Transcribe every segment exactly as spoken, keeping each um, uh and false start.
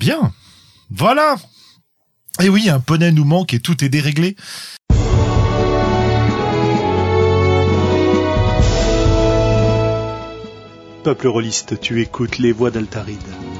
Bien. Voilà. Et oui, un poney nous manque et tout est déréglé. Peuple rôliste, tu écoutes les voix d'Altaride.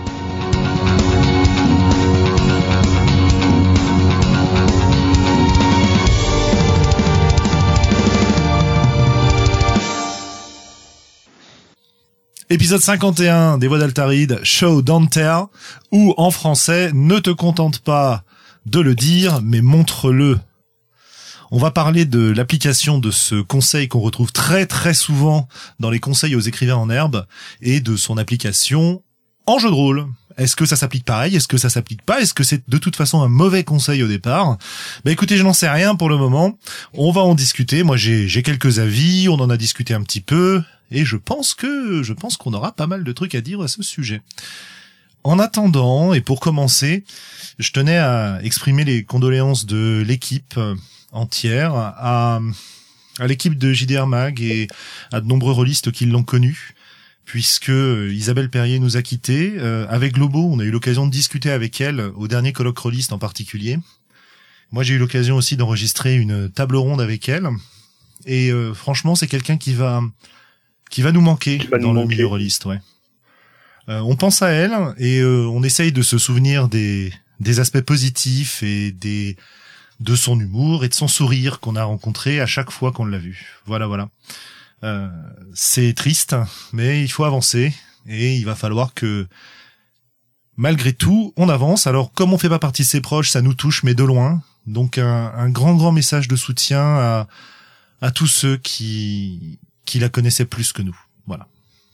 Épisode cinquante et un des Voix d'Altaride, Show Don't Tell, ou en français, ne te contente pas de le dire, mais montre-le. On va parler de l'application de ce conseil qu'on retrouve très très souvent dans les conseils aux écrivains en herbe, et de son application en jeu de rôle. Est-ce que ça s'applique pareil? Est-ce que ça s'applique pas? Est-ce que c'est de toute façon un mauvais conseil au départ? Bah écoutez, je n'en sais rien pour le moment. On va en discuter. Moi j'ai j'ai quelques avis, on en a discuté un petit peu, et je pense que je pense qu'on aura pas mal de trucs à dire à ce sujet. En attendant, et pour commencer, je tenais à exprimer les condoléances de l'équipe entière à à l'équipe de J D R Mag et à de nombreux rôlistes qui l'ont connu, puisque Isabelle Perrier nous a quittés. Euh, avec Lobo, on a eu l'occasion de discuter avec elle au dernier colloque rôliste en particulier. Moi, j'ai eu l'occasion aussi d'enregistrer une table ronde avec elle. Et euh, franchement, c'est quelqu'un qui va qui va nous manquer va dans nous le manquer. milieu rôliste, ouais. Euh, on pense à elle et euh, on essaye de se souvenir des des aspects positifs et des de son humour et de son sourire qu'on a rencontré à chaque fois qu'on l'a vu. Voilà, voilà. Euh, c'est triste, mais il faut avancer et il va falloir que, malgré tout, on avance. Alors, comme on fait pas partie de ses proches, ça nous touche, mais de loin. Donc, un, un grand, grand message de soutien à, à tous ceux qui, qui la connaissaient plus que nous. Voilà.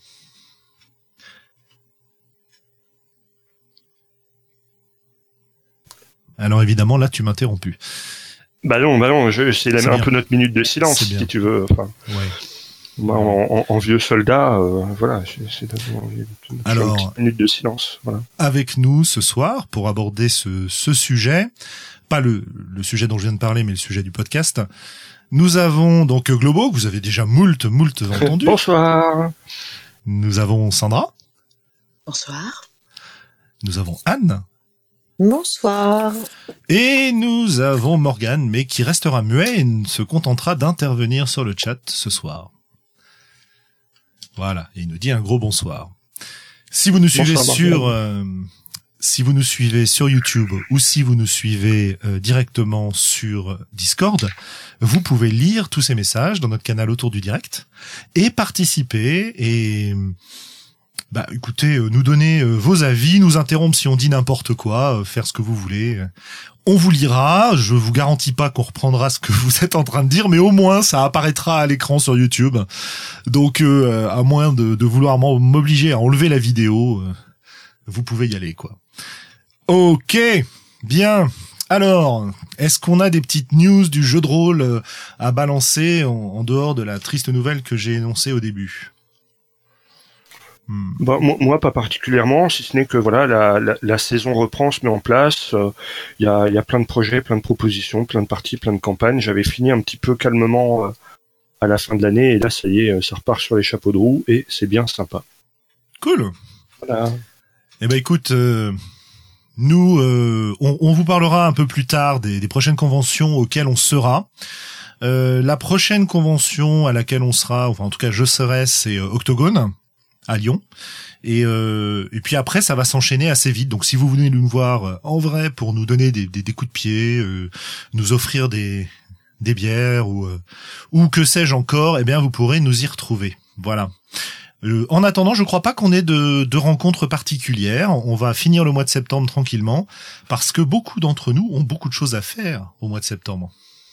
Alors, évidemment, là, tu m'as interrompu. Bah non, bah non, je, c'est, la, C'est un bien. peu notre minute de silence, C'est bien. si tu veux. Enfin, Ouais. moi, en, en, en vieux soldat, euh, voilà, c'est, c'est d'abord une, une Alors, petite minute de silence. Voilà. avec nous ce soir pour aborder ce, ce sujet, pas le, le sujet dont je viens de parler, mais le sujet du podcast. Nous avons donc Globo, que vous avez déjà moult, moult entendu. Bonsoir. Nous avons Sandra. Bonsoir. Nous avons Anne. Bonsoir. Et nous avons Morgane, mais qui restera muet et ne se contentera d'intervenir sur le chat ce soir. Voilà, et il nous dit un gros bonsoir. Si vous nous suivez Bonsoir, sur euh, si vous nous suivez sur YouTube ou si vous nous suivez euh, directement sur Discord, vous pouvez lire tous ces messages dans notre canal autour du direct et participer et bah écoutez, euh, nous donner euh, vos avis, nous interrompre si on dit n'importe quoi, euh, faire ce que vous voulez. On vous lira, je vous garantis pas qu'on reprendra ce que vous êtes en train de dire, mais au moins ça apparaîtra à l'écran sur YouTube. Donc euh, à moins de, de vouloir m'obliger à enlever la vidéo, euh, vous pouvez y aller, quoi. Ok, bien. Alors, est-ce qu'on a des petites news du jeu de rôle euh, à balancer en, en dehors de la triste nouvelle que j'ai énoncée au début? Hmm. Bah, moi, moi, pas particulièrement, si ce n'est que voilà, la, la, la saison reprend, se met en place. Il euh, y, a, y a plein de projets, plein de propositions, plein de parties, plein de campagnes. J'avais fini un petit peu calmement euh, à la fin de l'année, et là, ça y est, ça repart sur les chapeaux de roue, et c'est bien sympa. Cool. Voilà. Eh ben écoute, euh, nous, euh, on, on vous parlera un peu plus tard des, des prochaines conventions auxquelles on sera. Euh, la prochaine convention à laquelle on sera, enfin en tout cas je serai, c'est euh, Octogone à Lyon. Et, euh, et puis après, ça va s'enchaîner assez vite. Donc si vous venez nous voir euh, en vrai pour nous donner des, des, des coups de pied, euh, nous offrir des, des bières ou, euh, ou que sais-je encore, eh bien vous pourrez nous y retrouver. Voilà. Euh, en attendant, je crois pas qu'on ait de, de rencontres particulières. On va finir le mois de septembre tranquillement parce que beaucoup d'entre nous ont beaucoup de choses à faire au mois de septembre.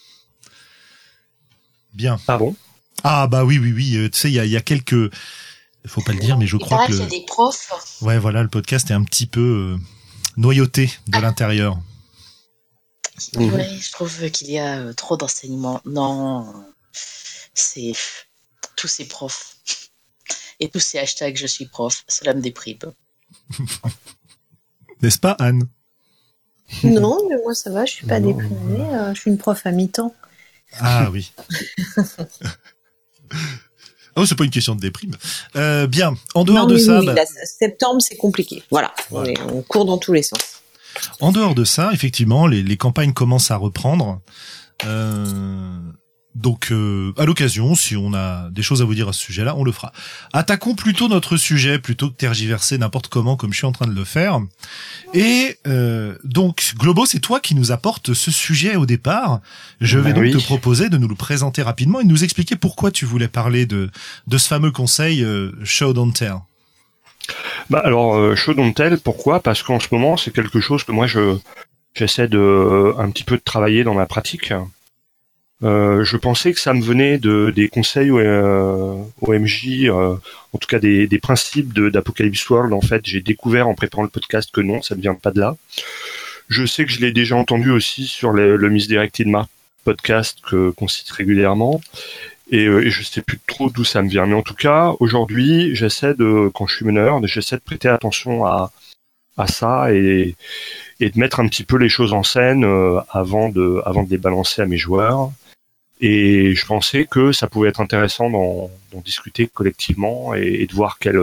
Bien. Ah bon? Ah bah oui, oui, oui. Euh, tu sais, il y a, il y a quelques... Faut pas le dire, mais je Il crois paraît que... qu'il y Le... a des profs. Ouais, voilà, le podcast est un petit peu euh, noyauté de l'intérieur. Mhm. Ouais, je trouve qu'il y a euh, trop d'enseignements. Non, c'est tous ces profs et tous ces hashtags je suis prof, cela me déprime. N'est-ce pas, Anne? Non, mais moi ça va, je suis pas Non, déprimée, euh, je suis une prof à mi-temps. Ah oui. Oh, c'est pas une question de déprime. Euh, bien, en dehors non, de oui, ça... Oui, bah... là, septembre, c'est compliqué. Voilà, voilà. On, est, on court dans tous les sens. En dehors de ça, effectivement, les, les campagnes commencent à reprendre. Euh... Donc, euh, à l'occasion, si on a des choses à vous dire à ce sujet-là, on le fera. Attaquons plutôt notre sujet, plutôt que tergiverser n'importe comment, comme je suis en train de le faire. Et euh, donc, Globo, c'est toi qui nous apporte ce sujet au départ. Je vais Ben donc oui. te proposer de nous le présenter rapidement et de nous expliquer pourquoi tu voulais parler de, de ce fameux conseil euh, Show Don't Tell. Bah alors, euh, Show Don't Tell, pourquoi ? Parce qu'en ce moment, c'est quelque chose que moi, je j'essaie de euh, un petit peu de travailler dans ma pratique. Euh, je pensais que ça me venait de des conseils euh, O M J, euh, en tout cas des, des principes de, d'Apocalypse World. En fait, j'ai découvert en préparant le podcast que non, ça ne vient pas de là. Je sais que je l'ai déjà entendu aussi sur le, le Misdirected Mark podcast que qu'on cite régulièrement, et, euh, et je sais plus trop d'où ça me vient. Mais en tout cas, aujourd'hui, j'essaie de, quand je suis meneur, j'essaie de prêter attention à à ça et et de mettre un petit peu les choses en scène euh, avant de avant de les balancer à mes joueurs. Et je pensais que ça pouvait être intéressant d'en, d'en discuter collectivement et, et de voir quel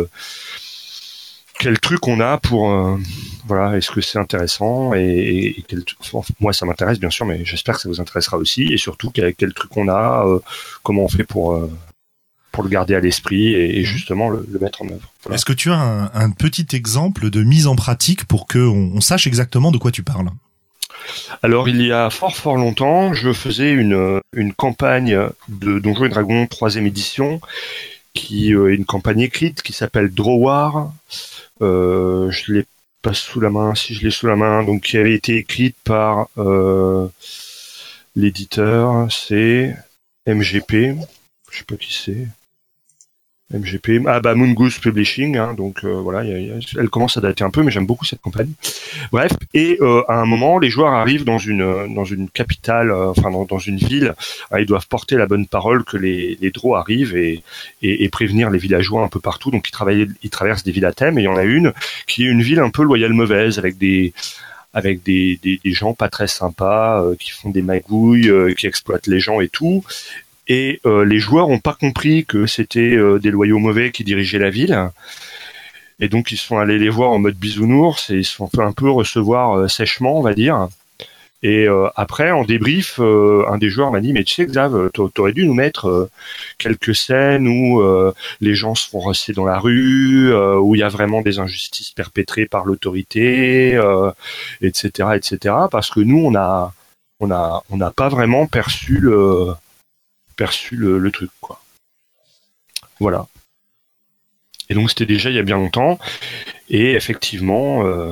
quel truc on a pour euh, voilà, est-ce que c'est intéressant et, et quel, enfin, moi ça m'intéresse bien sûr, mais j'espère que ça vous intéressera aussi, et surtout quel, quel truc on a, euh, comment on fait pour euh, pour le garder à l'esprit et, et justement le, le mettre en œuvre. Voilà. Est-ce que tu as un, un petit exemple de mise en pratique pour que on, on sache exactement de quoi tu parles ? Alors, il y a fort fort longtemps, je faisais une une campagne de Donjons et Dragons troisième édition, qui euh, est une campagne écrite qui s'appelle Draw War. Euh, je l'ai pas sous la main, si je l'ai sous la main, donc qui avait été écrite par euh, l'éditeur, c'est M G P. Je sais pas qui c'est. M G P, ah bah Moon Goose Publishing, hein, donc euh, voilà, y a, y a, elle commence à dater un peu, mais j'aime beaucoup cette campagne. Bref, et euh, à un moment, les joueurs arrivent dans une dans une capitale, euh, enfin dans, dans une ville, hein, ils doivent porter la bonne parole que les les draws arrivent et, et et prévenir les villageois un peu partout. Donc ils travaillent, ils traversent des villes à thème, et il y en a une qui est une ville un peu loyale mauvaise avec des avec des des, des gens pas très sympas, euh, qui font des magouilles, euh, qui exploitent les gens et tout. Et euh, les joueurs ont pas compris que c'était euh, des loyaux mauvais qui dirigeaient la ville. Et donc ils sont allés les voir en mode bisounours et ils se sont fait un peu recevoir euh, sèchement, on va dire. Et euh, après, en débrief, euh, un des joueurs m'a dit « Mais tu sais, Xav, t'aurais dû nous mettre euh, quelques scènes où euh, les gens se font rosser dans la rue, euh, où il y a vraiment des injustices perpétrées par l'autorité, euh, et cetera, et cetera. Parce que nous, on a, on a, on n'a pas vraiment perçu le perçu le, le truc, quoi. Voilà. Et donc c'était déjà il y a bien longtemps, et effectivement, euh,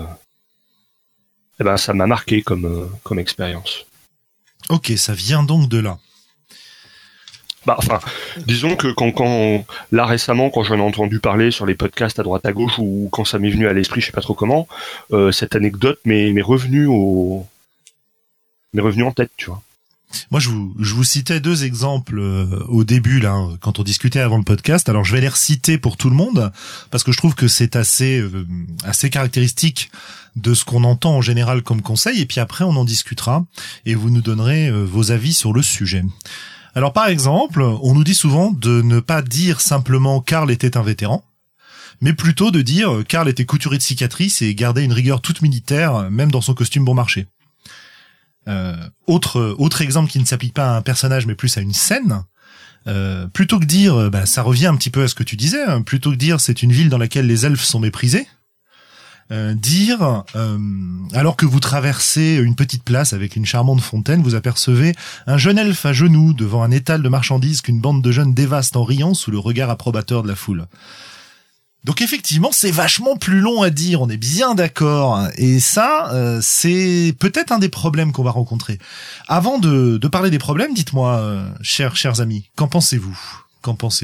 eh ben ça m'a marqué comme euh, comme expérience. Ok, ça vient donc de là. Bah, enfin, disons que quand, quand là récemment, quand j'en ai entendu parler sur les podcasts à droite à gauche, ou quand ça m'est venu à l'esprit, je sais pas trop comment, euh, cette anecdote m'est, m'est revenue au, m'est revenue en tête, tu vois. Moi, je vous, je vous citais deux exemples euh, au début, là, quand on discutait avant le podcast. Alors, je vais les reciter pour tout le monde, parce que je trouve que c'est assez, euh, assez caractéristique de ce qu'on entend en général comme conseil. Et puis après, on en discutera, et vous nous donnerez euh, vos avis sur le sujet. Alors, par exemple, on nous dit souvent de ne pas dire simplement « Karl était un vétéran », mais plutôt de dire « Karl était couturier de cicatrices et gardait une rigueur toute militaire, même dans son costume bon marché ». Euh, autre autre exemple qui ne s'applique pas à un personnage mais plus à une scène, euh, plutôt que dire bah, ça revient un petit peu à ce que tu disais, hein, plutôt que dire c'est une ville dans laquelle les elfes sont méprisés, euh, dire euh, alors que vous traversez une petite place avec une charmante fontaine, vous apercevez un jeune elfe à genoux devant un étal de marchandises qu'une bande de jeunes dévaste en riant sous le regard approbateur de la foule. Donc effectivement, c'est vachement plus long à dire, on est bien d'accord. Et ça, euh, c'est peut-être un des problèmes qu'on va rencontrer. Avant de, de parler des problèmes, dites-moi, euh, chers chers amis, qu'en pensez-vous ? Qu'en pensez-vous ?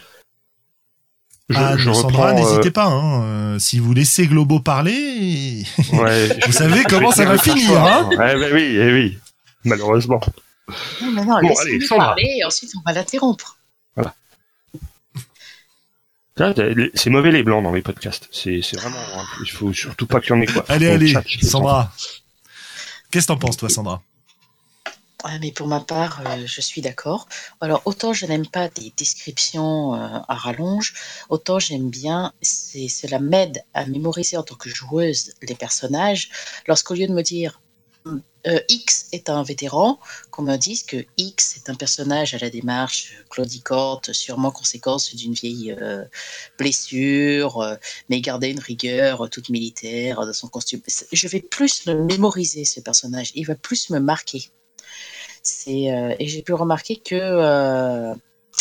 Je, Ah, je Sandra, reprends, n'hésitez euh... pas. Hein, euh, si vous laissez Globo parler, ouais, vous savez comment ça va finir. Hein ? ouais, bah oui, eh oui, malheureusement. Non, mais non, Bon, laissez-nous allez, Sandra. parler et ensuite on va l'interrompre. Voilà. C'est mauvais les blancs dans les podcasts. C'est, c'est vraiment. Hein, il faut surtout pas qu'il y en ait quoi. Allez, On allez, tchatche, Sandra. Qu'est-ce que t'en penses, toi, Sandra ? Ouais, mais pour ma part, euh, je suis d'accord. Alors, autant je n'aime pas des descriptions euh, à rallonge, autant j'aime bien, c'est, cela m'aide à mémoriser en tant que joueuse les personnages, lorsqu'au lieu de me dire euh, X est un vétéran, qu'on me dise que X est un personnage à la démarche claudicante, sûrement conséquence d'une vieille euh, blessure, euh, mais garder une rigueur euh, toute militaire euh, dans son costume. Je vais plus le mémoriser, ce personnage, il va plus me marquer. C'est, euh, et j'ai pu remarquer que euh...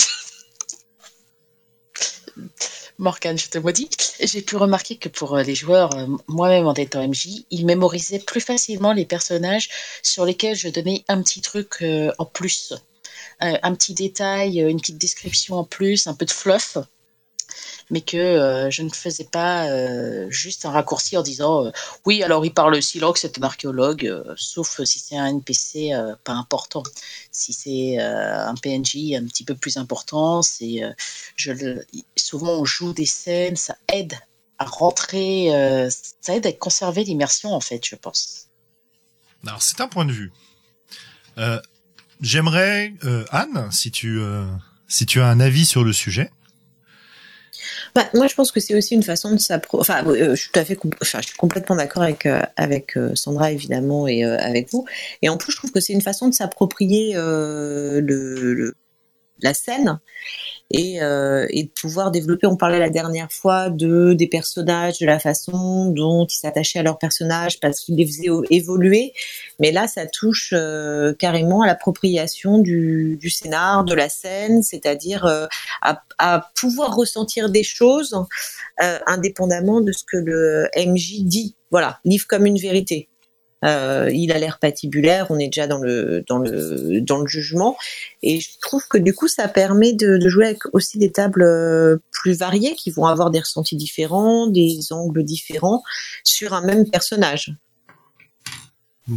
Morgane, je te maudis. J'ai pu remarquer que pour les joueurs, euh, moi-même en étant M J, ils mémorisaient plus facilement les personnages sur lesquels je donnais un petit truc euh, en plus, un, un petit détail, une petite description en plus, un peu de fluff, mais que euh, je ne faisais pas euh, juste un raccourci en disant euh, oui, alors il parle Silox, c'est un archéologue, euh, sauf si c'est un N P C euh, pas important. Si c'est euh, un P N J un petit peu plus important, c'est euh, je le, souvent on joue des scènes, ça aide à rentrer, euh, ça aide à conserver l'immersion en fait, je pense. Alors c'est un point de vue. Euh, j'aimerais euh, Anne, si tu euh, si tu as un avis sur le sujet. Bah, moi, je pense que c'est aussi une façon de s'appro... Enfin, euh, je suis tout à fait, comp- enfin, je suis complètement d'accord avec euh, avec euh, Sandra évidemment et euh, avec vous. Et en plus, je trouve que c'est une façon de s'approprier euh, le, le la scène et euh, et de pouvoir développer. On parlait la dernière fois de des personnages, de la façon dont ils s'attachaient à leurs personnages parce qu'ils les faisaient évoluer. Mais là, ça touche euh, carrément à l'appropriation du, du scénar, de la scène, c'est-à-dire euh, à, à pouvoir ressentir des choses euh, indépendamment de ce que le M J dit. Voilà, livre comme une vérité. Euh, il a l'air patibulaire, on est déjà dans le dans le dans le jugement, et je trouve que du coup ça permet de, de jouer avec aussi des tables plus variées qui vont avoir des ressentis différents, des angles différents sur un même personnage. Mmh.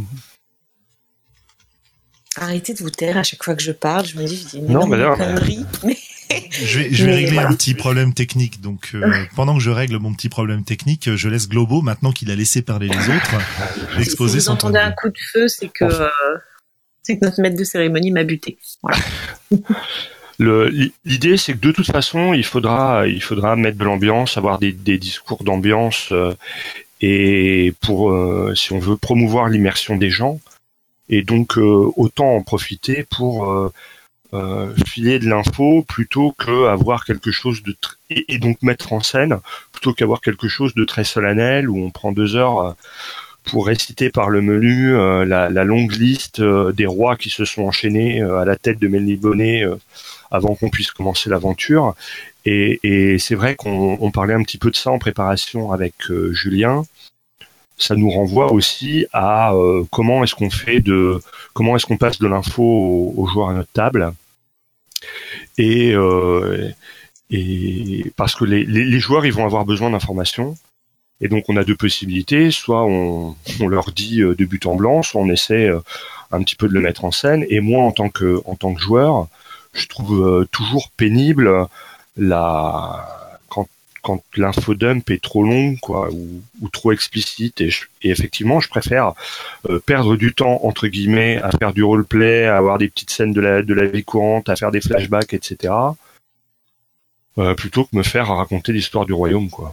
Arrêtez de vous taire à chaque fois que je parle, je me dis je dis une énorme connerie. Mais... Je vais, je vais régler voilà. un petit problème technique. Donc, euh, pendant que je règle mon petit problème technique, je laisse Globo, maintenant qu'il a laissé parler les autres, exposer si son vous entendez un coup de feu, c'est que, euh, c'est que notre maître de cérémonie m'a buté. Voilà. Le, l'idée, c'est que de toute façon, il faudra, il faudra mettre de l'ambiance, avoir des, des discours d'ambiance, euh, et pour, euh, si on veut promouvoir l'immersion des gens, et donc euh, autant en profiter pour euh, Euh, filer de l'info plutôt que avoir quelque chose de tr- et, et donc mettre en scène plutôt qu'avoir quelque chose de très solennel où on prend deux heures euh, pour réciter par le menu euh, la, la longue liste euh, des rois qui se sont enchaînés euh, à la tête de Ménilbonnet euh, avant qu'on puisse commencer l'aventure. Et, et c'est vrai qu'on on parlait un petit peu de ça en préparation avec euh, Julien. Ça nous renvoie aussi à euh, comment est-ce qu'on fait de comment est-ce qu'on passe de l'info aux, aux joueurs à notre table, et euh, et parce que les, les, les joueurs ils vont avoir besoin d'informations, et donc on a deux possibilités, soit on, on leur dit de but en blanc, soit on essaie un petit peu de le mettre en scène. Et moi en tant que en tant que joueur, je trouve toujours pénible la quand l'infodump est trop longue, quoi, ou, ou trop explicite, et, je, et effectivement, je préfère euh, perdre du temps entre guillemets à faire du roleplay, à avoir des petites scènes de la de la vie courante, à faire des flashbacks, et cetera, euh, plutôt que me faire raconter l'histoire du royaume, quoi.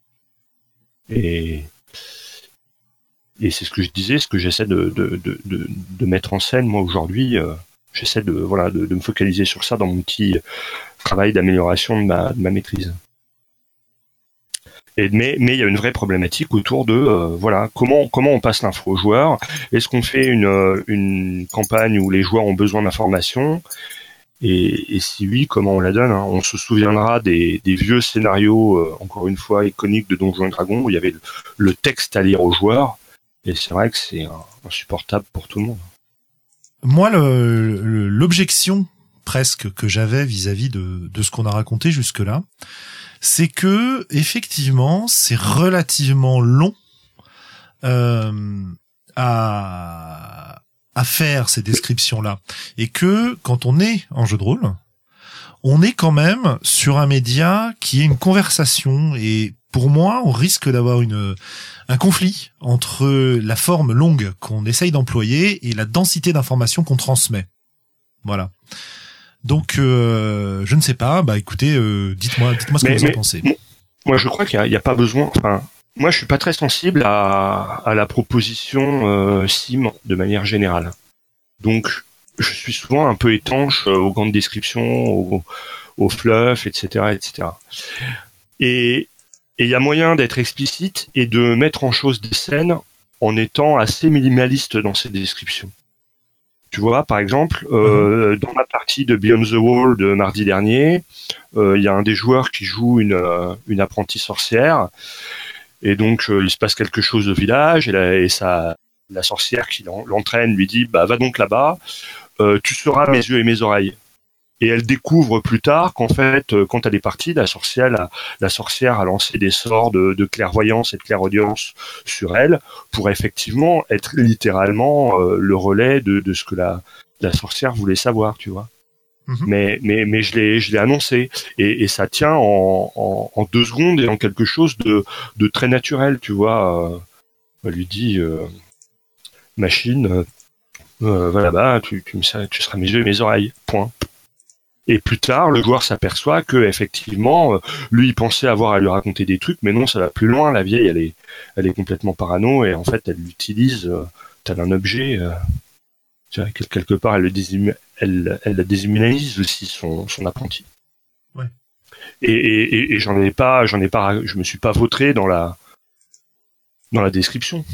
Et et c'est ce que je disais, ce que j'essaie de de de de, de mettre en scène moi aujourd'hui. Euh, j'essaie de voilà de, de me focaliser sur ça dans mon petit travail d'amélioration de ma de ma maîtrise. Et, mais mais il y a une vraie problématique autour de euh, voilà comment comment on passe l'info aux joueurs. Est-ce qu'on fait une une campagne où les joueurs ont besoin d'informations, et, et si oui, comment on la donne, hein. On se souviendra des, des vieux scénarios euh, encore une fois iconiques de Donjons et Dragons où il y avait le, le texte à lire aux joueurs, et c'est vrai que c'est insupportable pour tout le monde. Moi, le, le, l'objection presque que j'avais vis-à-vis de de ce qu'on a raconté jusque-là, c'est que effectivement c'est relativement long euh, à à faire ces descriptions-là, et que quand on est en jeu de rôle, on est quand même sur un média qui est une conversation, et pour moi, on risque d'avoir une un conflit entre la forme longue qu'on essaye d'employer et la densité d'informations qu'on transmet. Voilà. Donc, euh, je ne sais pas. Bah, écoutez, euh, dites-moi, dites-moi ce mais, que vous mais, en pensez. Moi, je crois qu'il n'y a, a pas besoin. Enfin, moi, je suis pas très sensible à, à la proposition euh, S I M de manière générale. Donc, je suis souvent un peu étanche aux grandes descriptions, au, au fluff, et cetera, et cetera. Et il y a moyen d'être explicite et de mettre en chose des scènes en étant assez minimaliste dans ces descriptions. Tu vois, par exemple, euh, dans ma partie de Beyond the Wall de mardi dernier, il euh, y a un des joueurs qui joue une, euh, une apprentie sorcière, et donc euh, il se passe quelque chose au village, et, la, et ça, la sorcière qui l'entraîne lui dit bah, « va donc là-bas, euh, tu seras mes yeux et mes oreilles ». Et elle découvre plus tard qu'en fait, quand elle est partie, la sorcière, la, la sorcière a lancé des sorts de, de clairvoyance et de clairaudience sur elle pour effectivement être littéralement euh, le relais de, de ce que la, la sorcière voulait savoir, tu vois. Mm-hmm. Mais, mais, mais je l'ai, je l'ai annoncé. Et, et ça tient en, en, en deux secondes et en quelque chose de, de très naturel, tu vois. Euh, elle lui dit, euh, machine, euh, voilà, bah, tu, tu, me, tu seras mes yeux et mes oreilles, point. Et plus tard, le joueur s'aperçoit que effectivement, lui, il pensait avoir à lui raconter des trucs, mais non, ça va plus loin. La vieille, elle est, elle est complètement parano et en fait, elle l'utilise euh, tel un objet. Euh, tu vois, quelque part, elle le déshum- elle, elle la déshumanise aussi son, son apprenti. Ouais. Et, et, et j'en ai pas, j'en ai pas, je me suis pas vautré dans la, dans la description.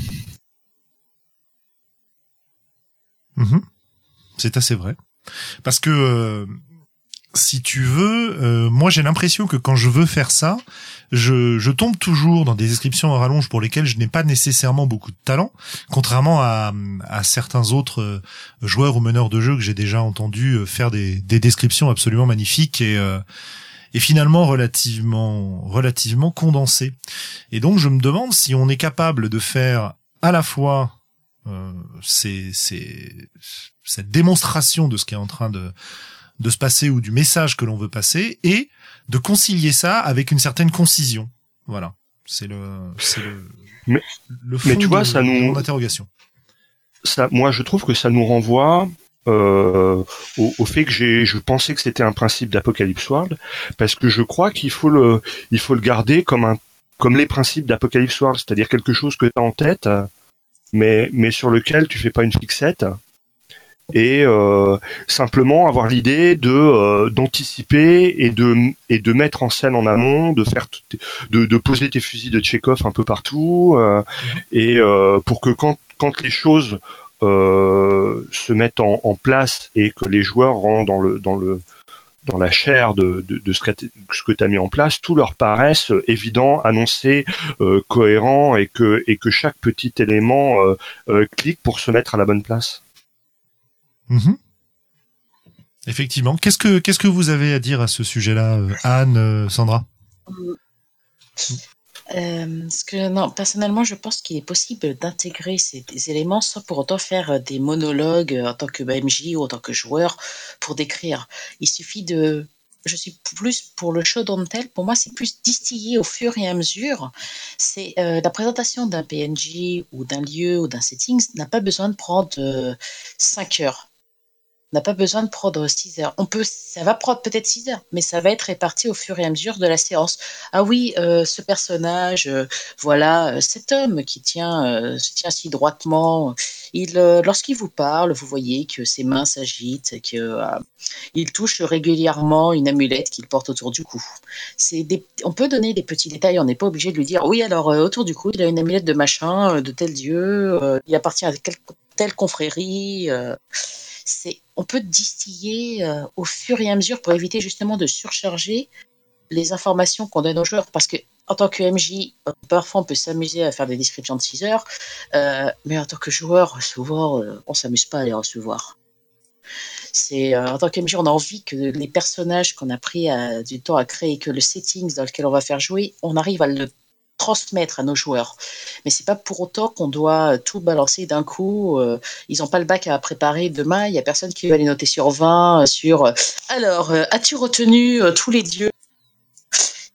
Mmh. C'est assez vrai, parce que. Euh... Si tu veux, euh, moi j'ai l'impression que quand je veux faire ça, je, je tombe toujours dans des descriptions à rallonge pour lesquelles je n'ai pas nécessairement beaucoup de talent, contrairement à, à certains autres joueurs ou meneurs de jeu que j'ai déjà entendu faire des, des descriptions absolument magnifiques et, euh, et finalement relativement, relativement condensées. Et donc je me demande si on est capable de faire à la fois euh, ces, ces, cette démonstration de ce qui est en train de de se passer ou du message que l'on veut passer et de concilier ça avec une certaine concision. Voilà. C'est le, c'est le, mais, le fond mais tu vois, de, ça de nous, mon interrogation. Ça, moi, je trouve que ça nous renvoie euh, au, au fait que j'ai, je pensais que c'était un principe d'Apocalypse World, parce que je crois qu'il faut le, il faut le garder comme un, comme les principes d'Apocalypse World, c'est-à-dire quelque chose que tu as en tête, mais, mais sur lequel tu fais pas une fixette. Et euh, simplement avoir l'idée de euh, d'anticiper et de et de mettre en scène en amont, de faire t- de de poser tes fusils de Tchekhov un peu partout euh, et euh, pour que quand quand les choses euh, se mettent en, en place et que les joueurs rentrent dans le dans le dans la chair de, de, de ce que tu as mis en place, tout leur paraisse évident, annoncé, euh, cohérent et que et que chaque petit élément euh, euh, clique pour se mettre à la bonne place. Mmh. Effectivement. Qu'est-ce que qu'est-ce que vous avez à dire à ce sujet-là, euh, Anne, euh, Sandra? Euh, parce que non, personnellement, je pense qu'il est possible d'intégrer ces des éléments sans pour autant faire des monologues en tant que M J ou en tant que joueur pour décrire. Il suffit de. Je suis plus pour le show don't tell. Pour moi, c'est plus distillé au fur et à mesure. C'est euh, la présentation d'un P N J ou d'un lieu ou d'un setting n'a pas besoin de prendre euh, cinq heures. N'a pas besoin de prendre six heures. On peut, ça va prendre peut-être six heures, mais ça va être réparti au fur et à mesure de la séance. Ah oui, euh, ce personnage, euh, voilà, euh, cet homme qui tient, euh, se tient si droitement, il, euh, lorsqu'il vous parle, vous voyez que ses mains s'agitent, que euh, il touche régulièrement une amulette qu'il porte autour du cou. C'est des, on peut donner des petits détails, on n'est pas obligé de lui dire, oui, alors euh, autour du cou, il a une amulette de machin, euh, de tel dieu, euh, il appartient à quelle, telle confrérie. Euh, c'est, on peut distiller euh, au fur et à mesure pour éviter justement de surcharger les informations qu'on donne aux joueurs. Parce que en tant que M J, parfois on peut s'amuser à faire des descriptions de six heures, euh, mais en tant que joueur, souvent euh, on s'amuse pas à les recevoir. C'est, euh, en tant qu'M J, on a envie que les personnages qu'on a pris à, du temps à créer, que le setting dans lequel on va faire jouer, on arrive à le transmettre à nos joueurs. Mais c'est pas pour autant qu'on doit tout balancer d'un coup. Euh, ils n'ont pas le bac à préparer demain. Il y a personne qui va les noter sur vingt. Sur euh, alors, euh, as-tu retenu euh, tous les dieux?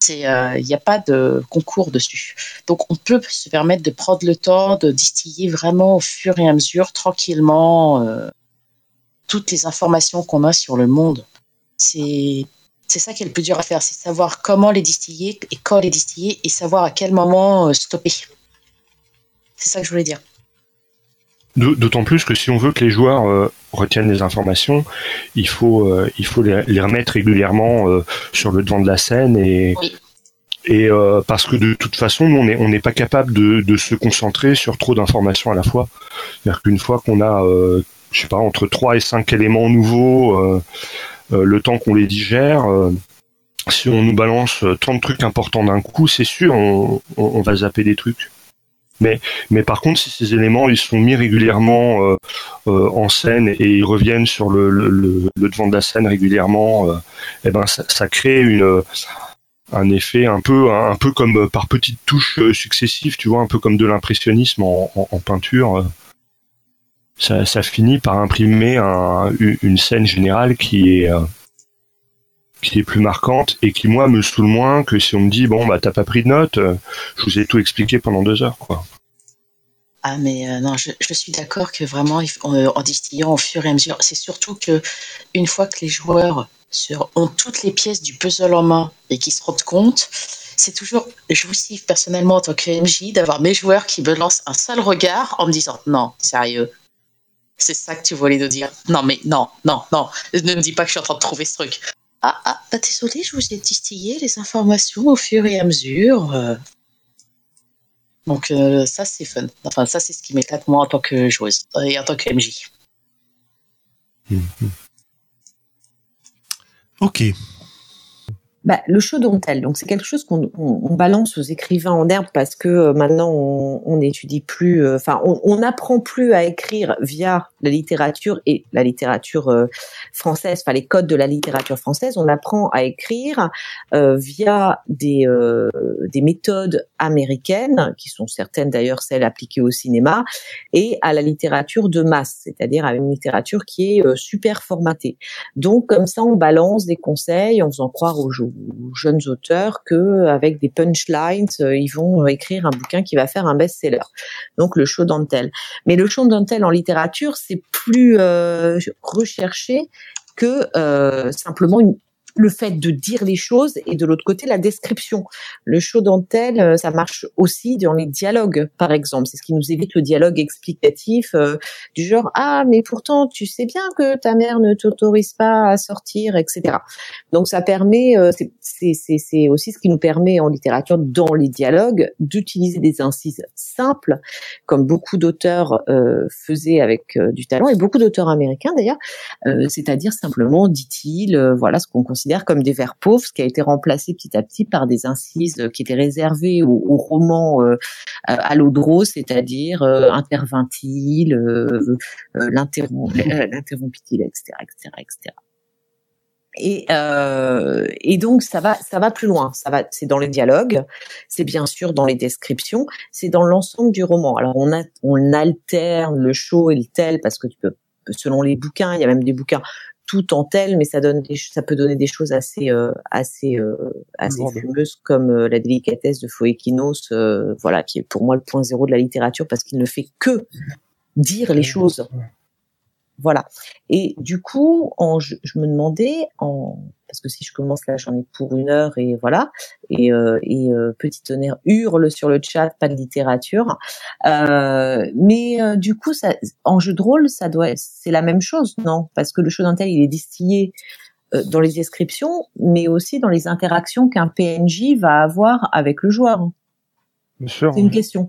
C'est, il euh, n'y a pas de concours dessus. Donc, on peut se permettre de prendre le temps de distiller vraiment au fur et à mesure, tranquillement, euh, toutes les informations qu'on a sur le monde. C'est, c'est ça qui est le plus dur à faire, c'est savoir comment les distiller et quand les distiller et savoir à quel moment euh, stopper. C'est ça que je voulais dire. D'autant plus que si on veut que les joueurs euh, retiennent les informations, il faut euh, il faut les, les remettre régulièrement euh, sur le devant de la scène et oui. et euh, parce que de toute façon nous on n'est on n'est pas capable de de se concentrer sur trop d'informations à la fois. C'est-à-dire qu'une fois qu'on a euh, je sais pas entre trois et cinq éléments nouveaux, euh, euh, le temps qu'on les digère, euh, si on nous balance trente trucs importants d'un coup, c'est sûr on, on on va zapper des trucs. Mais, mais par contre, si ces éléments ils sont mis régulièrement euh, euh, en scène et ils reviennent sur le, le, le, le devant de la scène régulièrement, euh, eh ben ça, ça crée une un effet un peu un peu comme par petites touches successives, tu vois, un peu comme de l'impressionnisme en, en, en peinture. Ça, ça finit par imprimer un, une scène générale qui est euh, qui est plus marquante et qui moi me saoule moins que si on me dit bon bah t'as pas pris de notes, euh, je vous ai tout expliqué pendant deux heures quoi. Ah mais euh, non, je, je suis d'accord que vraiment en, en distillant au fur et à mesure, c'est surtout que une fois que les joueurs sur, ont toutes les pièces du puzzle en main et qu'ils se rendent compte, c'est toujours jouissif personnellement en tant que M J d'avoir mes joueurs qui me lancent un seul regard en me disant non, sérieux. C'est ça que tu voulais nous dire. Non mais non, non, non, ne me dis pas que je suis en train de trouver ce truc. Ah, ah, bah désolé, je vous ai distillé les informations au fur et à mesure. Euh... Donc euh, ça, c'est fun. Enfin, ça, c'est ce qui m'éclate moi en tant que joueuse et en tant que M J. Mmh. Ok. Bah, le show don't tell, donc c'est quelque chose qu'on on, on balance aux écrivains en herbe parce que euh, maintenant on, on étudie plus, enfin euh, on, on apprend plus à écrire via la littérature et la littérature euh, française, enfin les codes de la littérature française, on apprend à écrire euh, via des euh, des méthodes américaines qui sont certaines d'ailleurs celles appliquées au cinéma et à la littérature de masse, c'est-à-dire à une littérature qui est euh, super formatée. Donc comme ça on balance des conseils en faisant croire aux joueurs aux jeunes auteurs que avec des punchlines euh, ils vont écrire un bouquin qui va faire un best-seller. Donc le show don't tell. Mais le show don't tell en littérature c'est plus euh, recherché que euh, simplement une le fait de dire les choses et de l'autre côté la description. Le show don't tell, ça marche aussi dans les dialogues, par exemple. C'est ce qui nous évite le dialogue explicatif euh, du genre « Ah, mais pourtant, tu sais bien que ta mère ne t'autorise pas à sortir, et cetera » Donc ça permet, euh, c'est, c'est, c'est, c'est aussi ce qui nous permet en littérature, dans les dialogues, d'utiliser des incises simples, comme beaucoup d'auteurs euh, faisaient avec euh, du talent, et beaucoup d'auteurs américains d'ailleurs, euh, c'est-à-dire simplement, dit-il, euh, voilà ce qu'on considère comme des vers pauvres, ce qui a été remplacé petit à petit par des incises qui étaient réservées aux, aux romans euh, à l'eau de rose, c'est-à-dire euh, intervint-il, euh, euh, l'interrompt, l'interrompit-il, et cetera, et cetera, et cetera. Et, euh, et donc ça va, ça va plus loin. Ça va, c'est dans les dialogues, c'est bien sûr dans les descriptions, c'est dans l'ensemble du roman. Alors on a, on alterne le show et le tell parce que tu peux, selon les bouquins, il y a même des bouquins tout en tel, mais ça donne des, ça peut donner des choses assez euh, assez euh, assez Lourde. fumeuses comme euh, la délicatesse de Phoekinos, euh, voilà, qui est pour moi le point zéro de la littérature parce qu'il ne fait que dire les choses. Voilà. Et du coup, en, je, je me demandais, en, parce que si je commence là, j'en ai pour une heure et voilà. Et, euh, et euh, Petit Tonnerre hurle sur le chat, pas de littérature. Euh, mais euh, du coup, ça, en jeu de rôle, ça doit, c'est la même chose, non? Parce que le show d'un tel, il est distillé euh, dans les descriptions, mais aussi dans les interactions qu'un P N J va avoir avec le joueur. Bien sûr. C'est une question.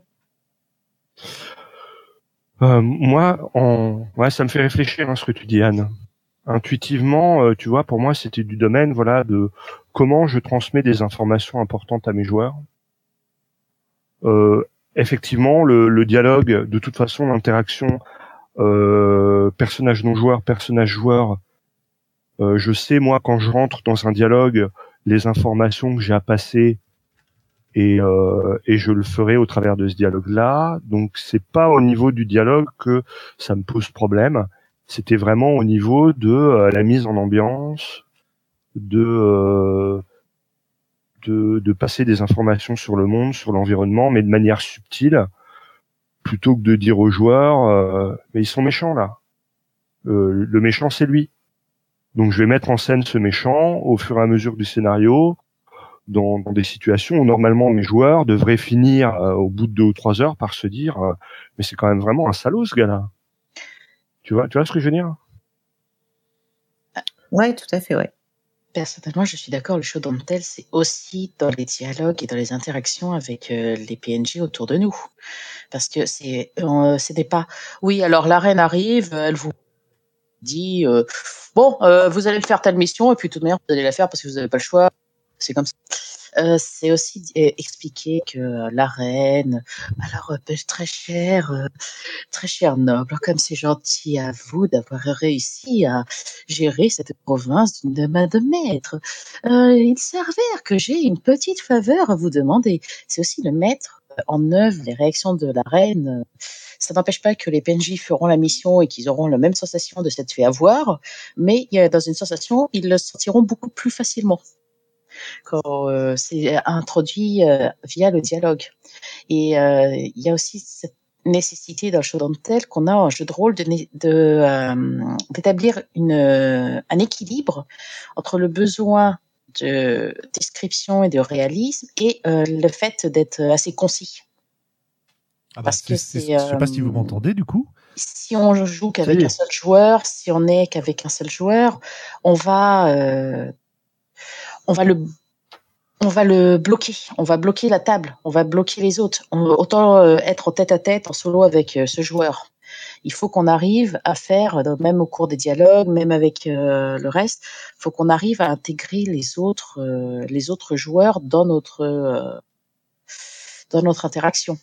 Euh, moi, en... ouais, ça me fait réfléchir hein, ce que tu dis, Anne. Intuitivement, euh, tu vois, pour moi, c'était du domaine, voilà, de comment je transmets des informations importantes à mes joueurs. Euh, effectivement, le, le dialogue, de toute façon, l'interaction euh, personnage non joueur, personnage joueur. Euh, je sais moi quand je rentre dans un dialogue, les informations que j'ai à passer. Et, euh, et je le ferai au travers de ce dialogue-là. Donc c'est pas au niveau du dialogue que ça me pose problème. C'était vraiment au niveau de euh, la mise en ambiance, de, euh, de, de passer des informations sur le monde, sur l'environnement, mais de manière subtile, plutôt que de dire aux joueurs euh, mais ils sont méchants là. Euh, le méchant c'est lui. Donc je vais mettre en scène ce méchant au fur et à mesure du scénario, dans, dans des situations où normalement mes joueurs devraient finir euh, au bout de deux ou trois heures par se dire euh, mais c'est quand même vraiment un salaud ce gars-là. Tu vois, tu vois ce que je veux dire? Ouais, tout à fait, ouais. Personnellement, je suis d'accord, le show don't tell, c'est aussi dans les dialogues et dans les interactions avec euh, les P N J autour de nous. Parce que c'est, euh, c'était pas, oui, alors la reine arrive, elle vous dit, euh, bon, euh, vous allez me faire telle mission, et puis de toute manière, vous allez la faire parce que vous n'avez pas le choix. C'est comme ça. Euh, c'est aussi euh, expliquer que euh, la reine, alors euh, très chère, euh, très cher noble, comme c'est gentil à vous d'avoir réussi à gérer cette province d'une main de maître. Euh, il s'avère que j'ai une petite faveur à vous demander. C'est aussi le mettre en œuvre les réactions de la reine. Ça n'empêche pas que les P N J feront la mission et qu'ils auront la même sensation de s'être fait avoir, mais dans une sensation, ils le sentiront beaucoup plus facilement quand euh, c'est introduit euh, via le dialogue. Et euh, il y a aussi cette nécessité dans le show don't tell qu'on a un jeu de rôle de, de euh, d'établir une euh, un équilibre entre le besoin de description et de réalisme et euh, le fait d'être assez concis. Ah bah, Parce c'est, que c'est, c'est, je sais pas euh, si vous m'entendez du coup. Si on joue qu'avec Si. un seul joueur, si on est qu'avec un seul joueur, on va euh, on va le on va le bloquer, on va bloquer la table, on va bloquer les autres. On, autant euh, être en tête à tête, en solo avec euh, ce joueur. Il faut qu'on arrive à faire, même au cours des dialogues, même avec euh, le reste, il faut qu'on arrive à intégrer les autres, euh, les autres joueurs dans notre, euh, dans notre interaction.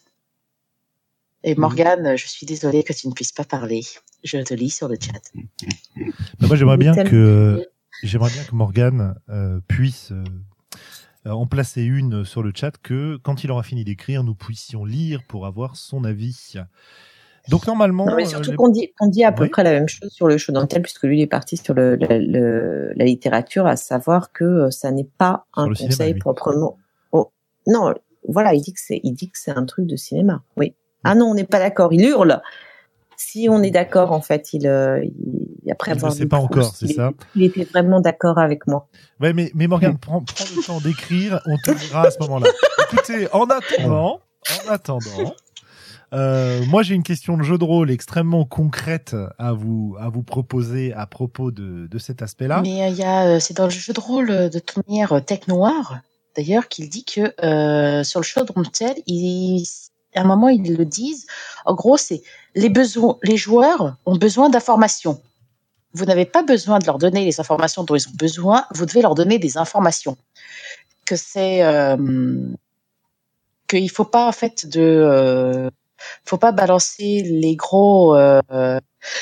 Et Morgane, je suis désolée que tu ne puisses pas parler. Je te lis sur le chat. Bah, moi, j'aimerais bien Tellement- que j'aimerais bien que Morgane euh, puisse euh, en placer une sur le chat, que quand il aura fini d'écrire, nous puissions lire pour avoir son avis. Donc normalement, Non, mais surtout euh, les- qu'on dit, qu'on dit à peu Oui. près la même chose sur le show don't tell, puisque lui il est parti sur le, le- le- la littérature, à savoir que euh, ça n'est pas Sur un le conseil cinéma, lui. proprement. Oh, non, voilà, il dit que c'est, il dit que c'est un truc de cinéma. Oui. Ah non, on n'est pas d'accord. Il hurle. Si on est d'accord, en fait, il, euh, il après Il ne avoir le sait lu pas Proust, encore, c'est il, ça. il était vraiment d'accord avec moi. Ouais, mais, mais Morgane, prends, prends le temps d'écrire, on te dira à ce moment-là. Écoutez, en attendant, en attendant, euh, moi j'ai une question de jeu de rôle extrêmement concrète à vous, à vous proposer à propos de, de cet aspect-là. Mais il y a, euh, c'est dans le jeu de rôle euh, de toute manière euh, Tech Noir, d'ailleurs, qu'il dit que euh, sur le show don't tell, ils, à un moment ils le disent. En gros, c'est les besoins, les joueurs ont besoin d'informations. Vous n'avez pas besoin de leur donner les informations dont ils ont besoin. Vous devez leur donner des informations. Que c'est euh, qu'il faut pas en fait de, euh, faut pas balancer les gros. Euh,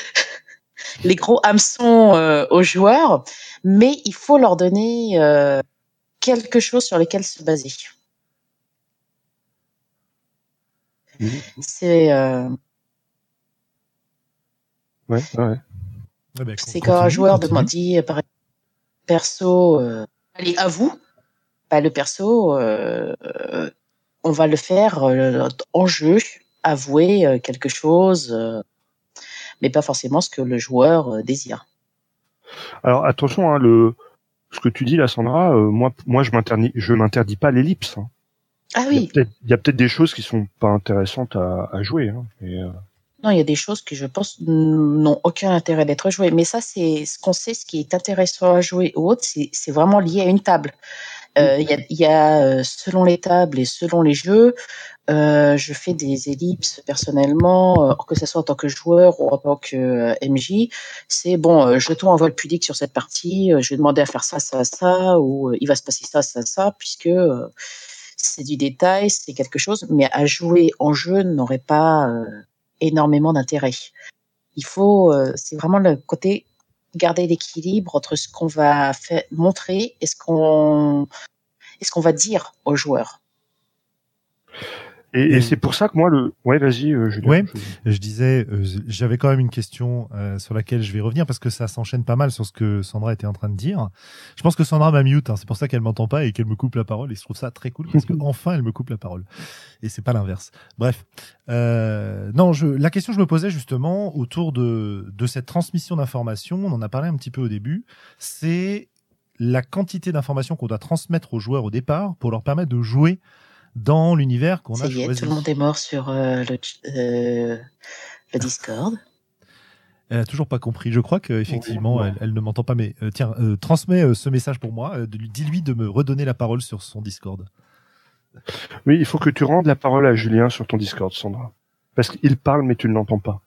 les gros hameçons euh, aux joueurs, mais il faut leur donner euh, quelque chose sur lequel se baser. Mmh. C'est euh, Ouais, ouais. Ouais, ben, c'est continue, quand un joueur continue. demande dit euh, par exemple, perso, euh, allez à vous, bah, le perso, euh, euh, on va le faire euh, en jeu, avouer euh, quelque chose, euh, mais pas forcément ce que le joueur euh, désire. Alors attention, hein, le ce que tu dis là, Sandra, euh, moi, moi, je m'interdis, je m'interdis pas l'ellipse. Hein. Ah Il y a oui, peut-être, il y a peut-être des choses qui sont pas intéressantes à, à jouer. Hein, et, euh, non, il y a des choses qui, je pense, n'ont aucun intérêt d'être jouées. Mais ça, c'est ce qu'on sait, ce qui est intéressant à jouer ou autre, c'est, c'est vraiment lié à une table. Euh, Il y a, il y a euh, selon les tables et selon les jeux, euh, je fais des ellipses personnellement, euh, que ce soit en tant que joueur ou en tant que euh, M J. C'est bon, euh, jetons un vol pudique sur cette partie, euh, je vais demander à faire ça, ça, ça, ou euh, il va se passer ça, ça, ça, puisque euh, c'est du détail, c'est quelque chose, mais à jouer en jeu n'aurait pas euh, énormément d'intérêt. Il faut, euh, c'est vraiment le côté garder l'équilibre entre ce qu'on va faire, montrer et ce qu'on, et ce qu'on va dire aux joueurs. Et, et, et c'est pour ça que moi le ouais vas-y euh, Julien. Ouais, je, je disais euh, j'avais quand même une question euh, sur laquelle je vais revenir parce que ça s'enchaîne pas mal sur ce que Sandra était en train de dire. Je pense que Sandra m'a mute, hein, c'est pour ça qu'elle m'entend pas et qu'elle me coupe la parole et je trouve ça très cool parce que enfin elle me coupe la parole et c'est pas l'inverse. Bref, euh, non, je la question que je me posais justement autour de de cette transmission d'informations, on en a parlé un petit peu au début, c'est la quantité d'informations qu'on doit transmettre aux joueurs au départ pour leur permettre de jouer dans l'univers qu'on a choisi. Tout le monde est mort sur euh, le, euh, le Discord. Elle a toujours pas compris. Je crois qu'effectivement, oui, elle, elle ne m'entend pas. Mais euh, tiens, euh, transmets euh, ce message pour moi. Euh, dis-lui de me redonner la parole sur son Discord. Oui, il faut que tu rendes la parole à Julien sur ton Discord, Sandra. Parce qu'il parle, mais tu ne l'entends pas.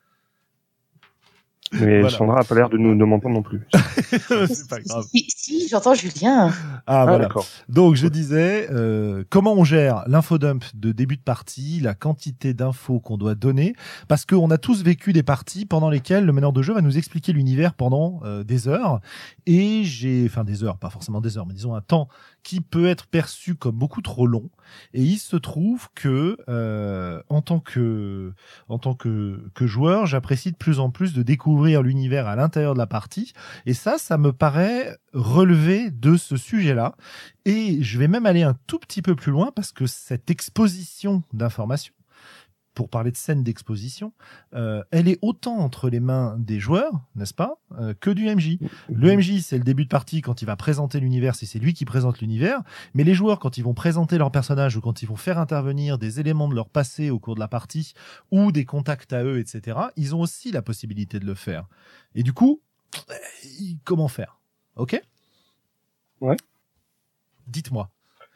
Mais voilà. Sandra n'a pas l'air de nous de m'entendre non plus. C'est pas grave. Si, si j'entends Julien. Ah, ah voilà. D'accord. Donc je disais, euh, comment on gère l'infodump de début de partie, la quantité d'infos qu'on doit donner, parce qu'on a tous vécu des parties pendant lesquelles le meneur de jeu va nous expliquer l'univers pendant euh, des heures, et j'ai, enfin des heures, pas forcément des heures, mais disons un temps qui peut être perçu comme beaucoup trop long. Et il se trouve que euh, en tant que en tant que que joueur, j'apprécie de plus en plus de découvrir l'univers à l'intérieur de la partie. Et ça, ça me paraît relever de ce sujet-là. Et je vais même aller un tout petit peu plus loin parce que cette exposition d'informations, pour parler de scène d'exposition, euh, elle est autant entre les mains des joueurs, n'est-ce pas, euh, que du M J. Le M J, c'est le début de partie quand il va présenter l'univers, si c'est lui qui présente l'univers, mais les joueurs, quand ils vont présenter leur personnage ou quand ils vont faire intervenir des éléments de leur passé au cours de la partie ou des contacts à eux, et cetera, ils ont aussi la possibilité de le faire. Et du coup, comment faire ? Ok ? Ouais. Dites-moi.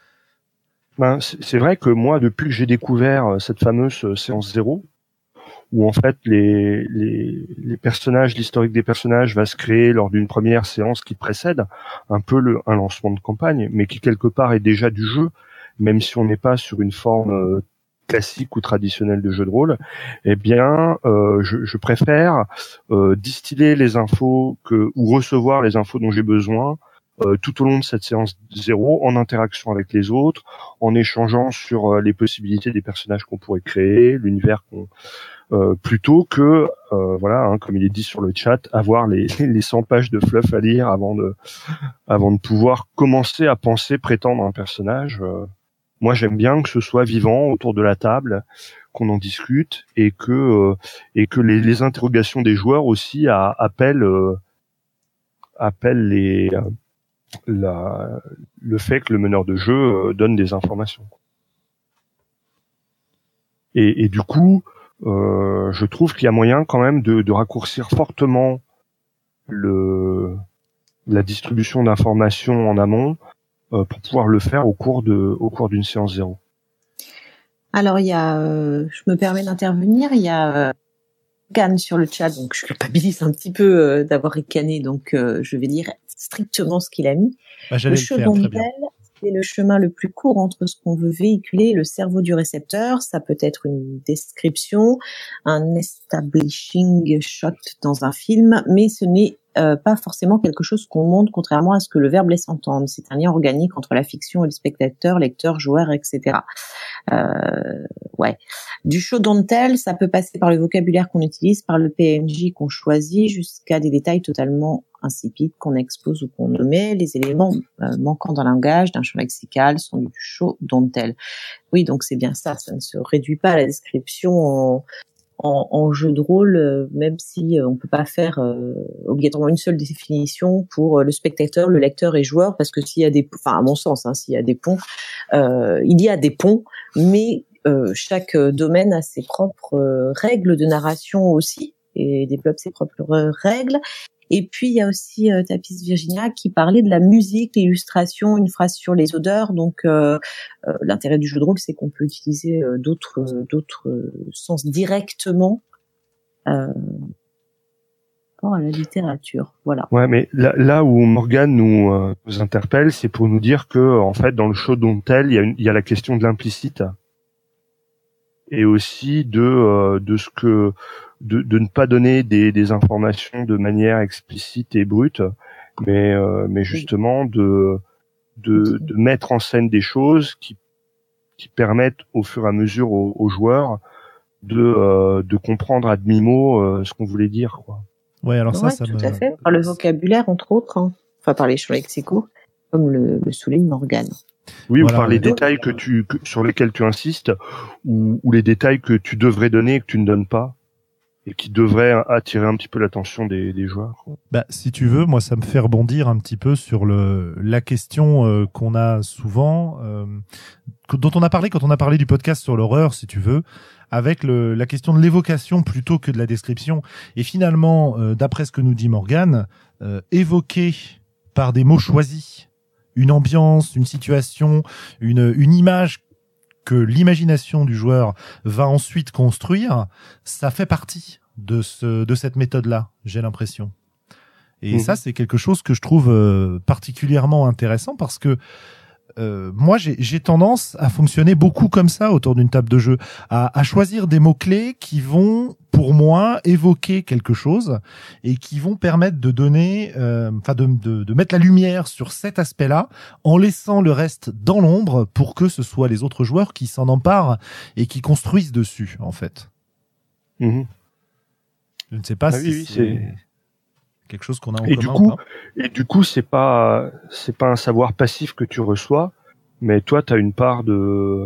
Ben, c'est vrai que moi, depuis que j'ai découvert cette fameuse séance zéro, où en fait les, les, les personnages, l'historique des personnages va se créer lors d'une première séance qui précède un peu le, un lancement de campagne, mais qui quelque part est déjà du jeu, même si on n'est pas sur une forme euh, classique ou traditionnelle de jeu de rôle, eh bien, euh, je, je préfère euh, distiller les infos que ou recevoir les infos dont j'ai besoin Euh, tout au long de cette séance zéro, en interaction avec les autres, en échangeant sur euh, les possibilités des personnages qu'on pourrait créer, l'univers qu'on, euh, plutôt que, euh, voilà, hein, comme il est dit sur le chat, avoir les, les cent pages de fluff à lire avant de, avant de pouvoir commencer à penser, prétendre un personnage. Euh, moi, j'aime bien que ce soit vivant autour de la table, qu'on en discute et que, euh, et que les, les interrogations des joueurs aussi à, appellent, euh, appellent les euh, La, le fait que le meneur de jeu euh, donne des informations. Et, et du coup, euh, je trouve qu'il y a moyen quand même de, de raccourcir fortement le, la distribution d'informations en amont euh, pour pouvoir le faire au cours de, au cours d'une séance zéro. Alors il y a, euh, je me permets d'intervenir, il y a euh, Can sur le chat, donc je culpabilise un petit peu euh, d'avoir ricané, donc euh, je vais dire strictement ce qu'il a mis. Bah, le Showdowntel, c'est le chemin le plus court entre ce qu'on veut véhiculer et le cerveau du récepteur. Ça peut être une description, un establishing shot dans un film, mais ce n'est euh, pas forcément quelque chose qu'on montre, contrairement à ce que le verbe laisse entendre. C'est un lien organique entre la fiction et le spectateur, lecteur, joueur, et cetera. Euh, ouais. Du showdowntel, ça peut passer par le vocabulaire qu'on utilise, par le P N J qu'on choisit, jusqu'à des détails totalement insipides qu'on expose ou qu'on omet. Les éléments euh, manquants d'un langage, d'un champ lexical, sont du showdowntel. Oui, donc c'est bien ça. Ça ne se réduit pas à la description en, en, en jeu de rôle, euh, même si euh, on peut pas faire euh, obligatoirement une seule définition pour euh, le spectateur, le lecteur et joueur, parce que s'il y a des, enfin à mon sens, hein, s'il y a des ponts, euh, il y a des ponts, mais euh, chaque domaine a ses propres euh, règles de narration aussi et développe ses propres euh, règles. Et puis il y a aussi euh, Tapis Virginia qui parlait de la musique, l'illustration, une phrase sur les odeurs. Donc euh, euh, l'intérêt du jeu de rôle, c'est qu'on peut utiliser euh, d'autres euh, d'autres euh, sens directement euh, par à la littérature. Voilà. Ouais, mais là, là où Morgane nous, euh, nous interpelle, c'est pour nous dire que en fait dans le showdowntel, il y a une, il y a la question de l'implicite et aussi de euh, de ce que de, de ne pas donner des, des informations de manière explicite et brute, mais euh, mais justement de de de mettre en scène des choses qui qui permettent au fur et à mesure aux, aux joueurs de euh, de comprendre à demi-mot euh, ce qu'on voulait dire, quoi. Ouais, alors ça, ouais, ça tout me... à fait. Par le vocabulaire, entre autres, hein. Enfin par les champs lexicaux, comme le, le souligne Morgane. Oui, Voilà, ou par les ouais. détails que tu que, sur lesquels tu insistes, ou, ou les détails que tu devrais donner et que tu ne donnes pas, et qui devraient attirer un petit peu l'attention des, des joueurs. Bah, si tu veux, moi, ça me fait rebondir un petit peu sur le la question euh, qu'on a souvent, euh, dont on a parlé quand on a parlé du podcast sur l'horreur, si tu veux, avec le, la question de l'évocation plutôt que de la description. Et finalement, euh, d'après ce que nous dit Morgane, euh, évoquer par des mots choisis une ambiance, une situation, une, une image que l'imagination du joueur va ensuite construire, ça fait partie de ce de cette méthode-là, j'ai l'impression. Et mmh. ça, c'est quelque chose que je trouve euh, particulièrement intéressant parce que euh, moi, j'ai, j'ai tendance à fonctionner beaucoup comme ça autour d'une table de jeu, à, à choisir des mots-clés qui vont, pour moi, évoquer quelque chose et qui vont permettre de donner, enfin, euh, de, de, de mettre la lumière sur cet aspect-là, en laissant le reste dans l'ombre pour que ce soit les autres joueurs qui s'en emparent et qui construisent dessus, en fait. Mmh. Je ne sais pas ah, si oui, oui, c'est, c'est quelque chose qu'on a en et commun du coup, ou pas. Et du coup, c'est pas c'est pas un savoir passif que tu reçois, mais toi, tu as une part de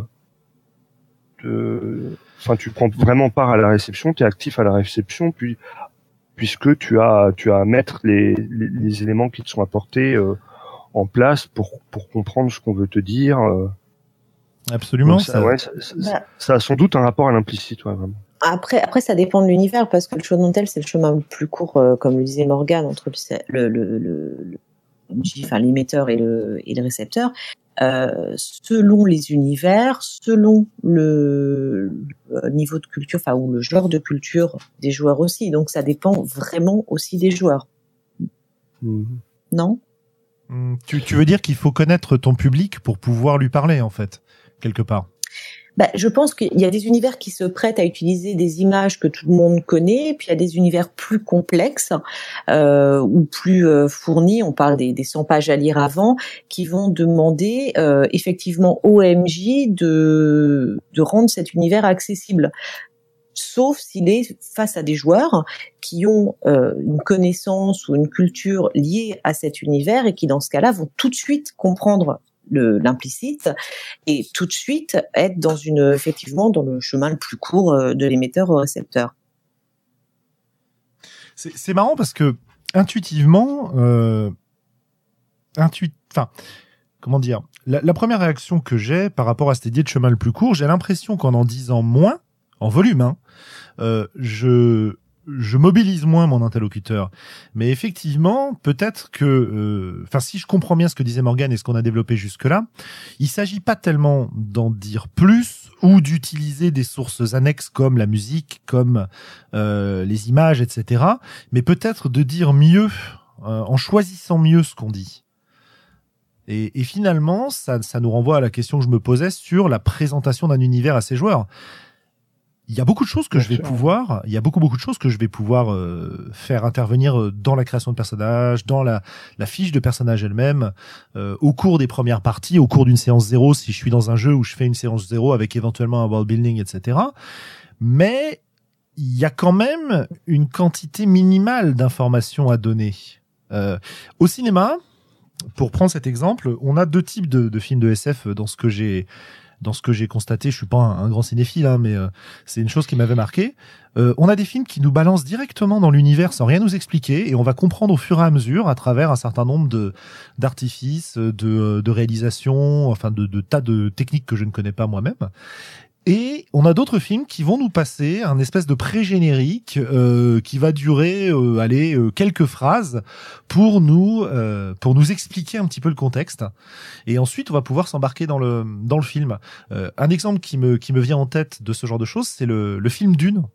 de enfin, tu prends vraiment part à la réception, tu es actif à la réception, puis puisque tu as tu as à mettre les les, les éléments qui te sont apportés euh, en place pour pour comprendre ce qu'on veut te dire. Euh. Absolument. Ça, ça... Ouais, ça, ça, ça a sans doute un rapport à l'implicite, ouais, vraiment. Après, après, ça dépend de l'univers, parce que le show non tel, c'est le chemin le plus court, euh, comme le disait Morgane, entre le, le, le, le, enfin, l'émetteur et le, et le récepteur. Euh, selon les univers, selon le, le niveau de culture, enfin, ou le genre de culture des joueurs aussi. Donc, ça dépend vraiment aussi des joueurs. Mmh. Non? Tu, tu veux dire qu'il faut connaître ton public pour pouvoir lui parler, en fait, quelque part? Bah, je pense qu'il y a des univers qui se prêtent à utiliser des images que tout le monde connaît, puis il y a des univers plus complexes euh, ou plus euh, fournis. On parle des, des cent pages à lire avant, qui vont demander euh, effectivement au M J de de rendre cet univers accessible. Sauf s'il est face à des joueurs qui ont euh, une connaissance ou une culture liée à cet univers et qui, dans ce cas-là, vont tout de suite comprendre le, l'implicite et tout de suite être dans une, effectivement, dans le chemin le plus court de l'émetteur au récepteur. C'est, c'est marrant parce que intuitivement, euh, intuit, enfin, comment dire, la, la première réaction que j'ai par rapport à cette idée de chemin le plus court, j'ai l'impression qu'en en disant moins, en volume, hein, euh, je je mobilise moins mon interlocuteur. Mais effectivement, peut-être que, enfin, euh, si je comprends bien ce que disait Morgane et ce qu'on a développé jusque-là, il s'agit pas tellement d'en dire plus ou d'utiliser des sources annexes comme la musique, comme euh, les images, et cetera. Mais peut-être de dire mieux, euh, en choisissant mieux ce qu'on dit. Et, et finalement, ça, ça nous renvoie à la question que je me posais sur la présentation d'un univers à ses joueurs. Il y a beaucoup de choses que Bien je vais sûr. pouvoir, il y a beaucoup beaucoup de choses que je vais pouvoir euh, faire intervenir dans la création de personnages, dans la, la fiche de personnage elle-même, euh, au cours des premières parties, au cours d'une séance zéro, si je suis dans un jeu où je fais une séance zéro avec éventuellement un world building, et cetera. Mais il y a quand même une quantité minimale d'informations à donner. Euh, au cinéma, pour prendre cet exemple, on a deux types de, de films de S F dans ce que j'ai dans ce que j'ai constaté. Je suis pas un, un grand cinéphile, hein, mais euh, c'est une chose qui m'avait marqué. Euh, on a des films qui nous balancent directement dans l'univers sans rien nous expliquer, et on va comprendre au fur et à mesure, à travers un certain nombre de d'artifices, de, de réalisations, enfin de, de tas de techniques que je ne connais pas moi-même. Et on a d'autres films qui vont nous passer un espèce de pré-générique euh, qui va durer, euh, allez, euh, quelques phrases pour nous euh, pour nous expliquer un petit peu le contexte. Et ensuite, on va pouvoir s'embarquer dans le dans le film. Euh, un exemple qui me qui me vient en tête de ce genre de choses, c'est le le film Dune.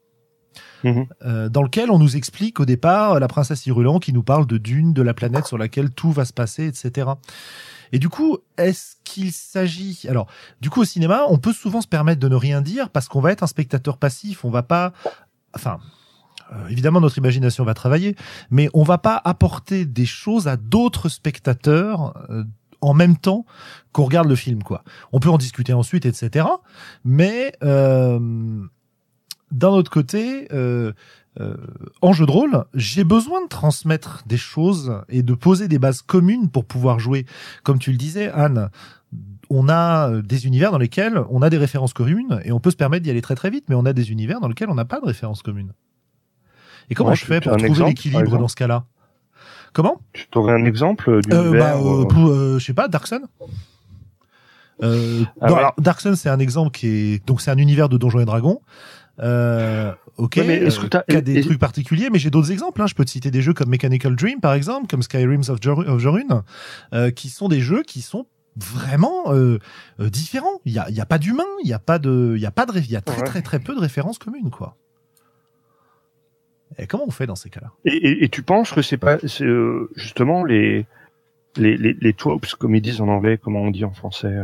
Mmh. Euh, dans lequel on nous explique au départ la princesse Irulan qui nous parle de Dune, de la planète sur laquelle tout va se passer, et cetera. Et du coup, est-ce qu'il s'agit... Alors, du coup, au cinéma, on peut souvent se permettre de ne rien dire parce qu'on va être un spectateur passif, on va pas... Enfin, euh, évidemment, notre imagination va travailler, mais on va pas apporter des choses à d'autres spectateurs euh, en même temps qu'on regarde le film, quoi. On peut en discuter ensuite, et cetera. Mais euh, d'un autre côté, euh, euh, en jeu de rôle, j'ai besoin de transmettre des choses et de poser des bases communes pour pouvoir jouer. Comme tu le disais, Anne, on a des univers dans lesquels on a des références communes et on peut se permettre d'y aller très très vite, mais on a des univers dans lesquels on n'a pas de références communes. Et comment Ouais, je fais pour un trouver exemple, l'équilibre dans ce cas-là? Comment? Tu aurais un exemple d'univers euh, bah, euh, euh... pour, euh, je sais pas, Dark Sun. Euh, ah, non, ouais. alors, Dark Sun, c'est un exemple qui est donc c'est un univers de Donjons et Dragons. Euh, ok, ouais, mais est-ce que t'as... euh, qui a des et... trucs particuliers, mais j'ai d'autres exemples. Hein. Je peux te citer des jeux comme Mechanical Dream, par exemple, comme Skyrim of, Jor- of Jorun, euh, qui sont des jeux qui sont vraiment euh, euh, différents. Il y a, il y a pas d'humain, il y a pas de, il y a pas de, il y a très ouais. très très peu de références communes, quoi. Et comment on fait dans ces cas-là? Et, et, et tu penses que c'est pas, c'est euh, justement les les les, les tropes, comme ils disent en anglais, comment on dit en français, euh,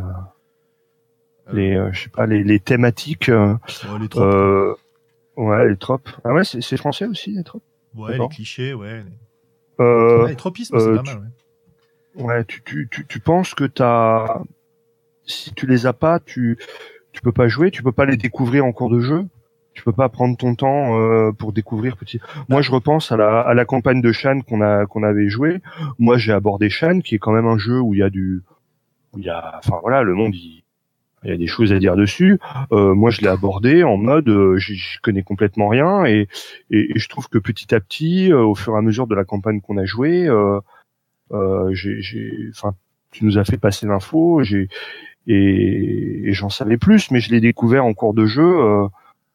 les, euh, je sais pas, les, les thématiques. Euh, ouais, les tropes. Euh, ouais, les tropes. Ah ouais, c'est, c'est français aussi les tropes. Ouais, D'accord. les clichés, ouais. Les, euh, ouais, les tropismes, euh, c'est pas tu... mal. Ouais. Ouais, tu tu tu tu penses que t'as, si tu les as pas, tu tu peux pas jouer, tu peux pas les découvrir en cours de jeu. Tu peux pas prendre ton temps euh, pour découvrir petit. Moi, je repense à la à la campagne de Shan qu'on a qu'on avait joué. Moi, j'ai abordé Shan, qui est quand même un jeu où il y a du, où il y a, enfin voilà, le monde, il, il y a des choses à dire dessus. Euh, moi, je l'ai abordé en mode, euh, j'y, j'y connais complètement rien, et, et et je trouve que petit à petit, euh, au fur et à mesure de la campagne qu'on a joué, euh, euh, j'ai, j'ai, enfin, tu nous as fait passer l'info, j'ai et, et j'en savais plus, mais je l'ai découvert en cours de jeu. Euh,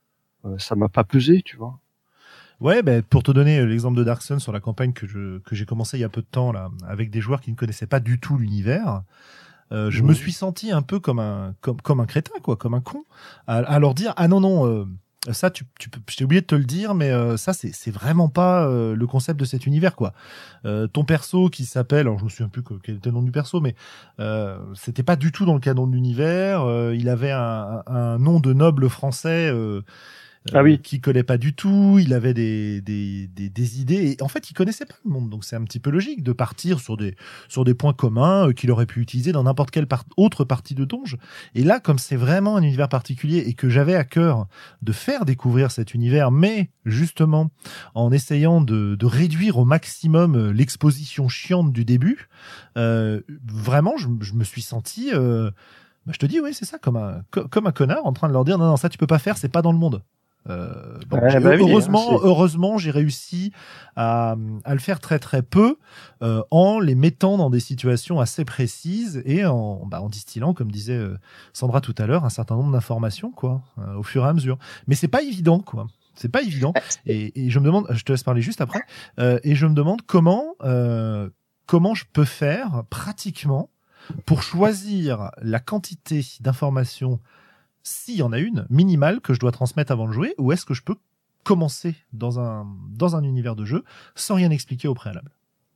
ça m'a pas pesé, tu vois. Ouais, ben pour te donner l'exemple de Dark Sun sur la campagne que je que j'ai commencé il y a peu de temps là, avec des joueurs qui ne connaissaient pas du tout l'univers, euh, je mmh. me suis senti un peu comme un comme comme un crétin, quoi, comme un con, à, à leur dire ah non non euh, ça tu tu peux, j'ai oublié de te le dire, mais euh, ça c'est c'est vraiment pas euh, le concept de cet univers, quoi. Euh, ton perso qui s'appelle, alors je me souviens plus que, quel était le nom du perso, mais euh, c'était pas du tout dans le canon de l'univers. Euh, il avait un, un, un nom de noble français. Euh, Euh, ah oui. qui collait pas du tout, il avait des, des, des, des idées, et en fait, il connaissait pas le monde, donc c'est un petit peu logique de partir sur des, sur des points communs euh, qu'il aurait pu utiliser dans n'importe quelle part, autre partie de Donge. Et là, comme c'est vraiment un univers particulier et que j'avais à cœur de faire découvrir cet univers, mais justement en essayant de, de réduire au maximum l'exposition chiante du début, euh, vraiment, je, je me suis senti, euh, bah, je te dis, oui, c'est ça, comme un, comme un connard en train de leur dire, non, non, ça tu peux pas faire, c'est pas dans le monde. Euh, bon, ah, bah heureusement, oui, hein, heureusement, j'ai réussi à, à le faire très très peu euh, en les mettant dans des situations assez précises et en, bah, en distillant, comme disait euh, Sandra tout à l'heure, un certain nombre d'informations, quoi, euh, au fur et à mesure. Mais c'est pas évident, quoi. C'est pas évident. Et, et je me demande, je te laisse parler juste après. Euh, et je me demande comment euh, comment je peux faire pratiquement pour choisir la quantité d'informations, s'il y en a une, minimale, que je dois transmettre avant de jouer, ou est-ce que je peux commencer dans un, dans un univers de jeu sans rien expliquer au préalable?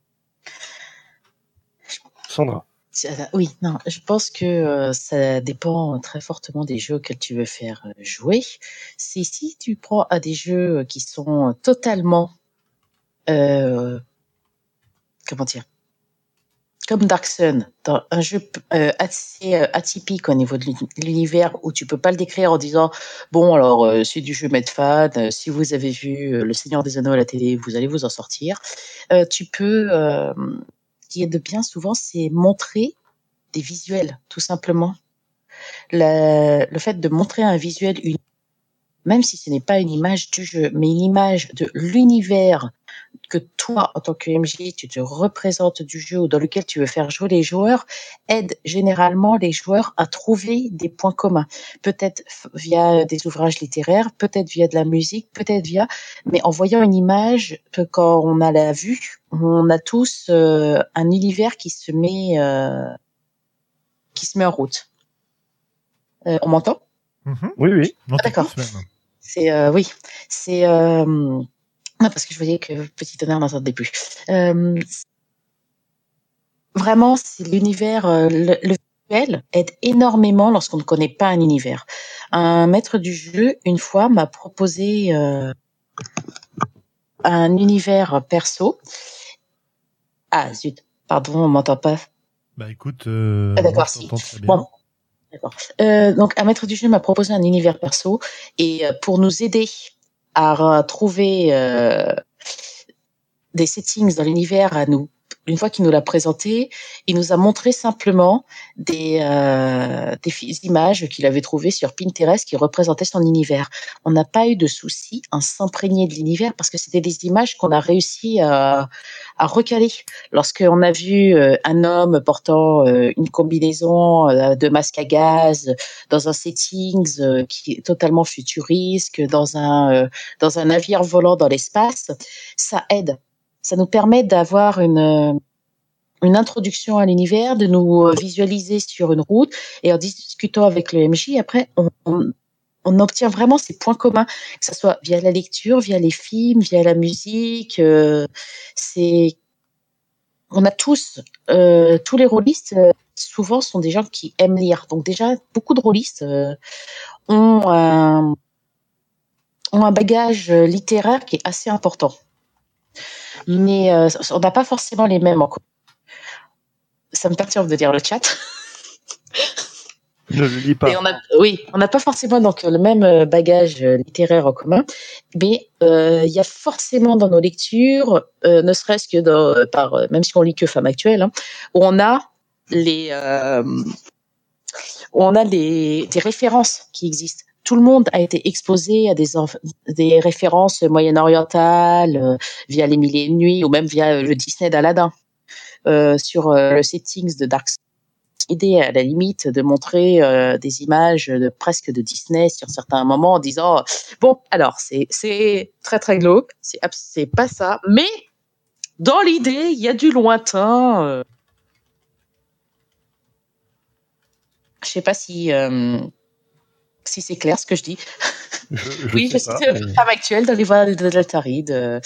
Sandra. Oui, non, je pense que euh, ça dépend très fortement des jeux auxquels tu veux faire euh, jouer. C'est si tu prends à des jeux qui sont totalement... Euh, comment dire comme Dark Sun, dans un jeu euh, assez euh, atypique au niveau de l'univers où tu peux pas le décrire en disant bon alors euh, c'est du jeu made fan, euh, si vous avez vu euh, Le Seigneur des Anneaux à la télé, vous allez vous en sortir. Euh, tu peux, euh, ce qui est de bien souvent, c'est montrer des visuels, tout simplement. La, le fait de montrer un visuel, une, même si ce n'est pas une image du jeu, mais une image de l'univers que toi, en tant que M J, tu te représentes du jeu ou dans lequel tu veux faire jouer les joueurs, aide généralement les joueurs à trouver des points communs. Peut-être via des ouvrages littéraires, peut-être via de la musique, peut-être via... Mais en voyant une image, quand on a la vue, on a tous euh, un univers qui se met, euh, qui se met en route. Euh, on m'entend ? Mm-hmm. Oui, oui. Ah, d'accord. C'est, euh, oui, c'est... Euh, Non, parce que je voyais que Petit Tonnerre n'entendait plus. Euh, vraiment, c'est l'univers, euh, le, le visuel aide énormément lorsqu'on ne connaît pas un univers. Un maître du jeu, une fois, m'a proposé euh, un univers perso. Ah, zut, pardon, on m'entend pas. Bah écoute, euh, Ah, d'accord, moi, je si. t'entends très bien. Bon, d'accord. Euh, donc, un maître du jeu m'a proposé un univers perso et euh, pour nous aider à trouver euh, des settings dans l'univers à nous. Une fois qu'il nous l'a présenté, il nous a montré simplement des, euh, des images qu'il avait trouvées sur Pinterest qui représentaient son univers. On n'a pas eu de souci à s'imprégner de l'univers parce que c'était des images qu'on a réussi à, à recaler. Lorsqu'on a vu euh, un homme portant euh, une combinaison euh, de masque à gaz dans un settings euh, qui est totalement futuriste, dans un, euh, dans un navire volant dans l'espace, ça aide. Ça nous permet d'avoir une, une introduction à l'univers, de nous visualiser sur une route et en discutant avec le M J, après, on, on, on obtient vraiment ces points communs, que ce soit via la lecture, via les films, via la musique. Euh, c'est, on a tous, euh, tous les rôlistes, euh, souvent, sont des gens qui aiment lire. Donc déjà, beaucoup de rôlistes euh, ont, un, ont un bagage littéraire qui est assez important. Mais euh, on n'a pas forcément les mêmes en commun. Ça me perturbe de dire le chat. Je ne le lis pas. Et on a, oui, on n'a pas forcément donc le même bagage littéraire en commun, mais il euh, y a forcément dans nos lectures, euh, ne serait-ce que dans, par, même si on lit que Femmes Actuelles, hein, où on a les, euh, où on a les, des références qui existent. Tout le monde a été exposé à des, des références moyen-orientales euh, via Les Mille et Une Nuits ou même via le Disney d'Aladin euh, sur euh, le settings de Dark idée à la limite de montrer euh, des images de presque de Disney sur certains moments en disant bon alors c'est c'est très très glauque, c'est c'est pas ça, mais dans l'idée il y a du lointain. Euh... Je sais pas si euh, si c'est clair ce que je dis. Je, je oui, je sais cite pas, mais... Femme Actuelle dans les voies de l'Altaride. Euh...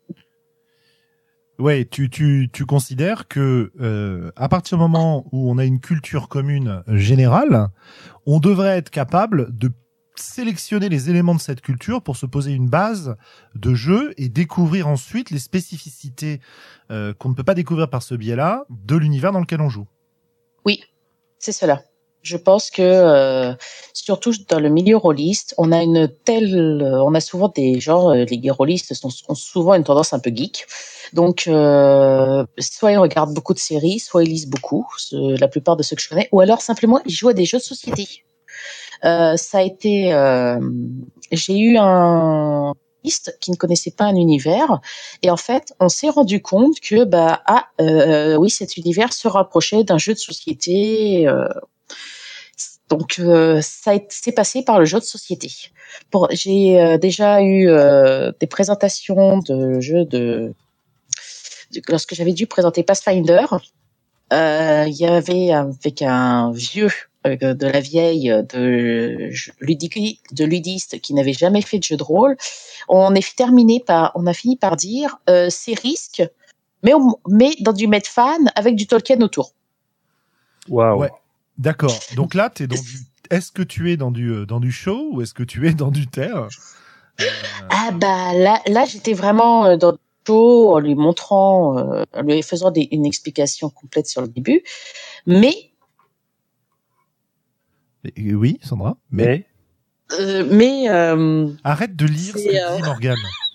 Ouais, tu, tu, tu considères que euh, à partir du moment où on a une culture commune générale, on devrait être capable de sélectionner les éléments de cette culture pour se poser une base de jeu et découvrir ensuite les spécificités euh, qu'on ne peut pas découvrir par ce biais-là de l'univers dans lequel on joue. Oui, c'est cela. Je pense que euh, surtout dans le milieu rôliste, on a une telle, on a souvent des gens, euh, les rôlistes sont, ont souvent une tendance un peu geek. Donc, euh, soit ils regardent beaucoup de séries, soit ils lisent beaucoup, ce, la plupart de ceux que je connais, ou alors simplement ils jouent à des jeux de société. Euh, ça a été, euh, j'ai eu un liste qui ne connaissait pas un univers, et en fait, on s'est rendu compte que bah ah euh, oui, cet univers se rapprochait d'un jeu de société. Euh, Donc, euh, ça s'est passé par le jeu de société. Pour, j'ai euh, déjà eu euh, des présentations de jeux de, de lorsque j'avais dû présenter Pathfinder. Euh, il y avait avec un vieux euh, de la vieille de ludique, de ludiste qui n'avait jamais fait de jeu de rôle. On est terminé par, on a fini par dire euh, c'est risque, mais on, mais dans du Medfan avec du Tolkien autour. Waouh. Ouais. D'accord. Donc là, t'es dans du. Est-ce que tu es dans du dans du show ou est-ce que tu es dans du terre euh... Ah bah là, là j'étais vraiment dans le show en lui montrant, euh, en lui faisant des, une explication complète sur le début, mais. Et, oui, Sandra. Mais. Euh, mais. Euh, Arrête de lire ce que euh... dit Morgane.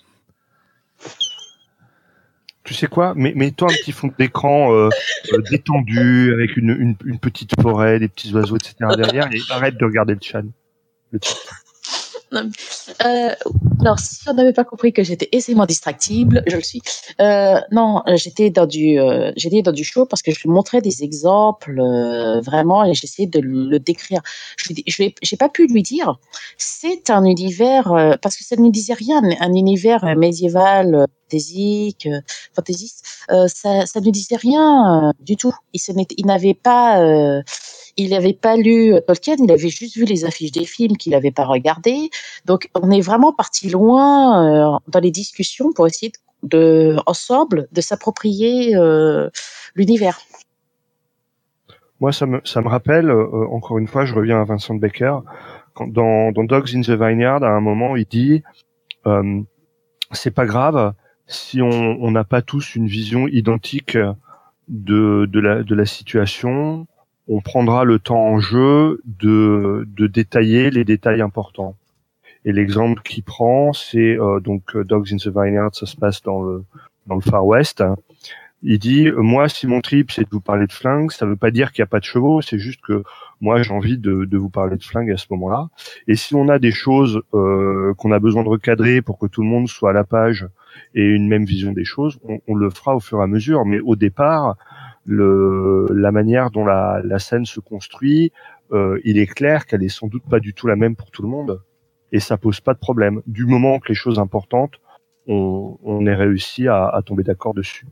Tu sais quoi, mets, mets-toi un petit fond d'écran euh, euh, détendu avec une, une, une petite forêt, des petits oiseaux, et cetera derrière, et arrête de regarder le chat. Le chat. Non, euh, alors, si on n'avait pas compris que j'étais aisément distractible, je le suis. Euh, non, j'étais dans du, euh, j'étais dans du show parce que je lui montrais des exemples euh, vraiment et j'essayais de le décrire. Je lui, je lui, j'ai pas pu lui dire. C'est un univers euh, parce que ça ne me disait rien, un univers médiéval, euh, fantaisique, euh, fantaisiste. Euh, ça, ça ne disait rien euh, du tout. Il, se il n'avait pas. Euh, Il n'avait pas lu Tolkien, il avait juste vu les affiches des films qu'il n'avait pas regardé. Donc, on est vraiment parti loin euh, dans les discussions pour essayer de, de ensemble, de s'approprier euh, l'univers. Moi, ça me, ça me rappelle, euh, encore une fois, je reviens à Vincent Baker, quand, dans, dans Dogs in the Vineyard, à un moment, il dit euh, c'est pas grave si on n'a pas tous une vision identique de, de la, de la situation, on prendra le temps en jeu de, de détailler les détails importants. Et l'exemple qu'il prend, c'est euh, donc Dogs in the Vineyard, ça se passe dans le dans le Far West. Il dit, moi, si mon trip c'est de vous parler de flingues, ça veut pas dire qu'il y a pas de chevaux, c'est juste que moi j'ai envie de, de vous parler de flingues à ce moment-là. Et si on a des choses euh, qu'on a besoin de recadrer pour que tout le monde soit à la page et une même vision des choses, on, on le fera au fur et à mesure. Mais au départ, le la manière dont la, la scène se construit, euh, il est clair qu'elle est sans doute pas du tout la même pour tout le monde. Et ça pose pas de problème. Du moment que les choses importantes, on, on est réussi à, à tomber d'accord dessus.